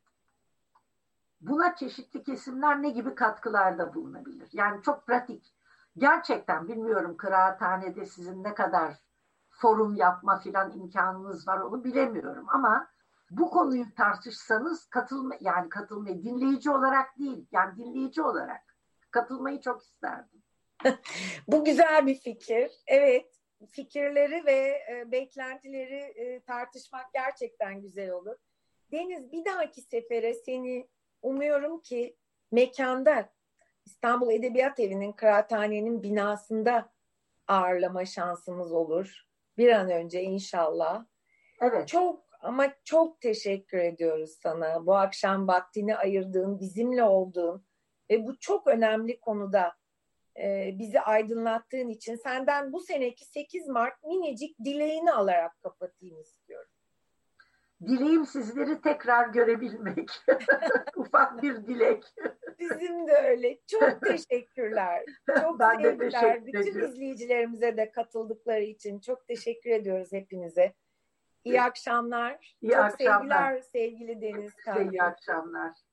Buna çeşitli kesimler ne gibi katkılarda bulunabilir? Yani çok pratik. Gerçekten bilmiyorum kıraathanede sizin ne kadar forum yapma filan imkanınız var, onu bilemiyorum ama bu konuyu tartışsanız katılma, yani katılmayı dinleyici olarak değil, yani dinleyici olarak katılmayı çok isterdim. Bu güzel bir fikir. Evet, fikirleri ve e, beklentileri e, tartışmak gerçekten güzel olur. Deniz, bir dahaki sefere seni umuyorum ki mekanda, İstanbul Edebiyat Evi'nin, kıraathanenin binasında ağırlama şansımız olur. Bir an önce inşallah. Evet. Çok ama çok teşekkür ediyoruz sana. Bu akşam vaktini ayırdığın, bizimle olduğun ve bu çok önemli konuda e, bizi aydınlattığın için senden bu seneki sekiz Mart minicik dileğini alarak kapatayım istiyorum. Dileğim sizleri tekrar görebilmek. Ufak bir dilek. Bizim de öyle. Çok teşekkürler. Çok ben sevgiler. Bütün izleyicilerimize de katıldıkları için çok teşekkür ediyoruz hepinize. İyi akşamlar. İyi çok akşamlar. sevgiler sevgili Deniz. İyi akşamlar.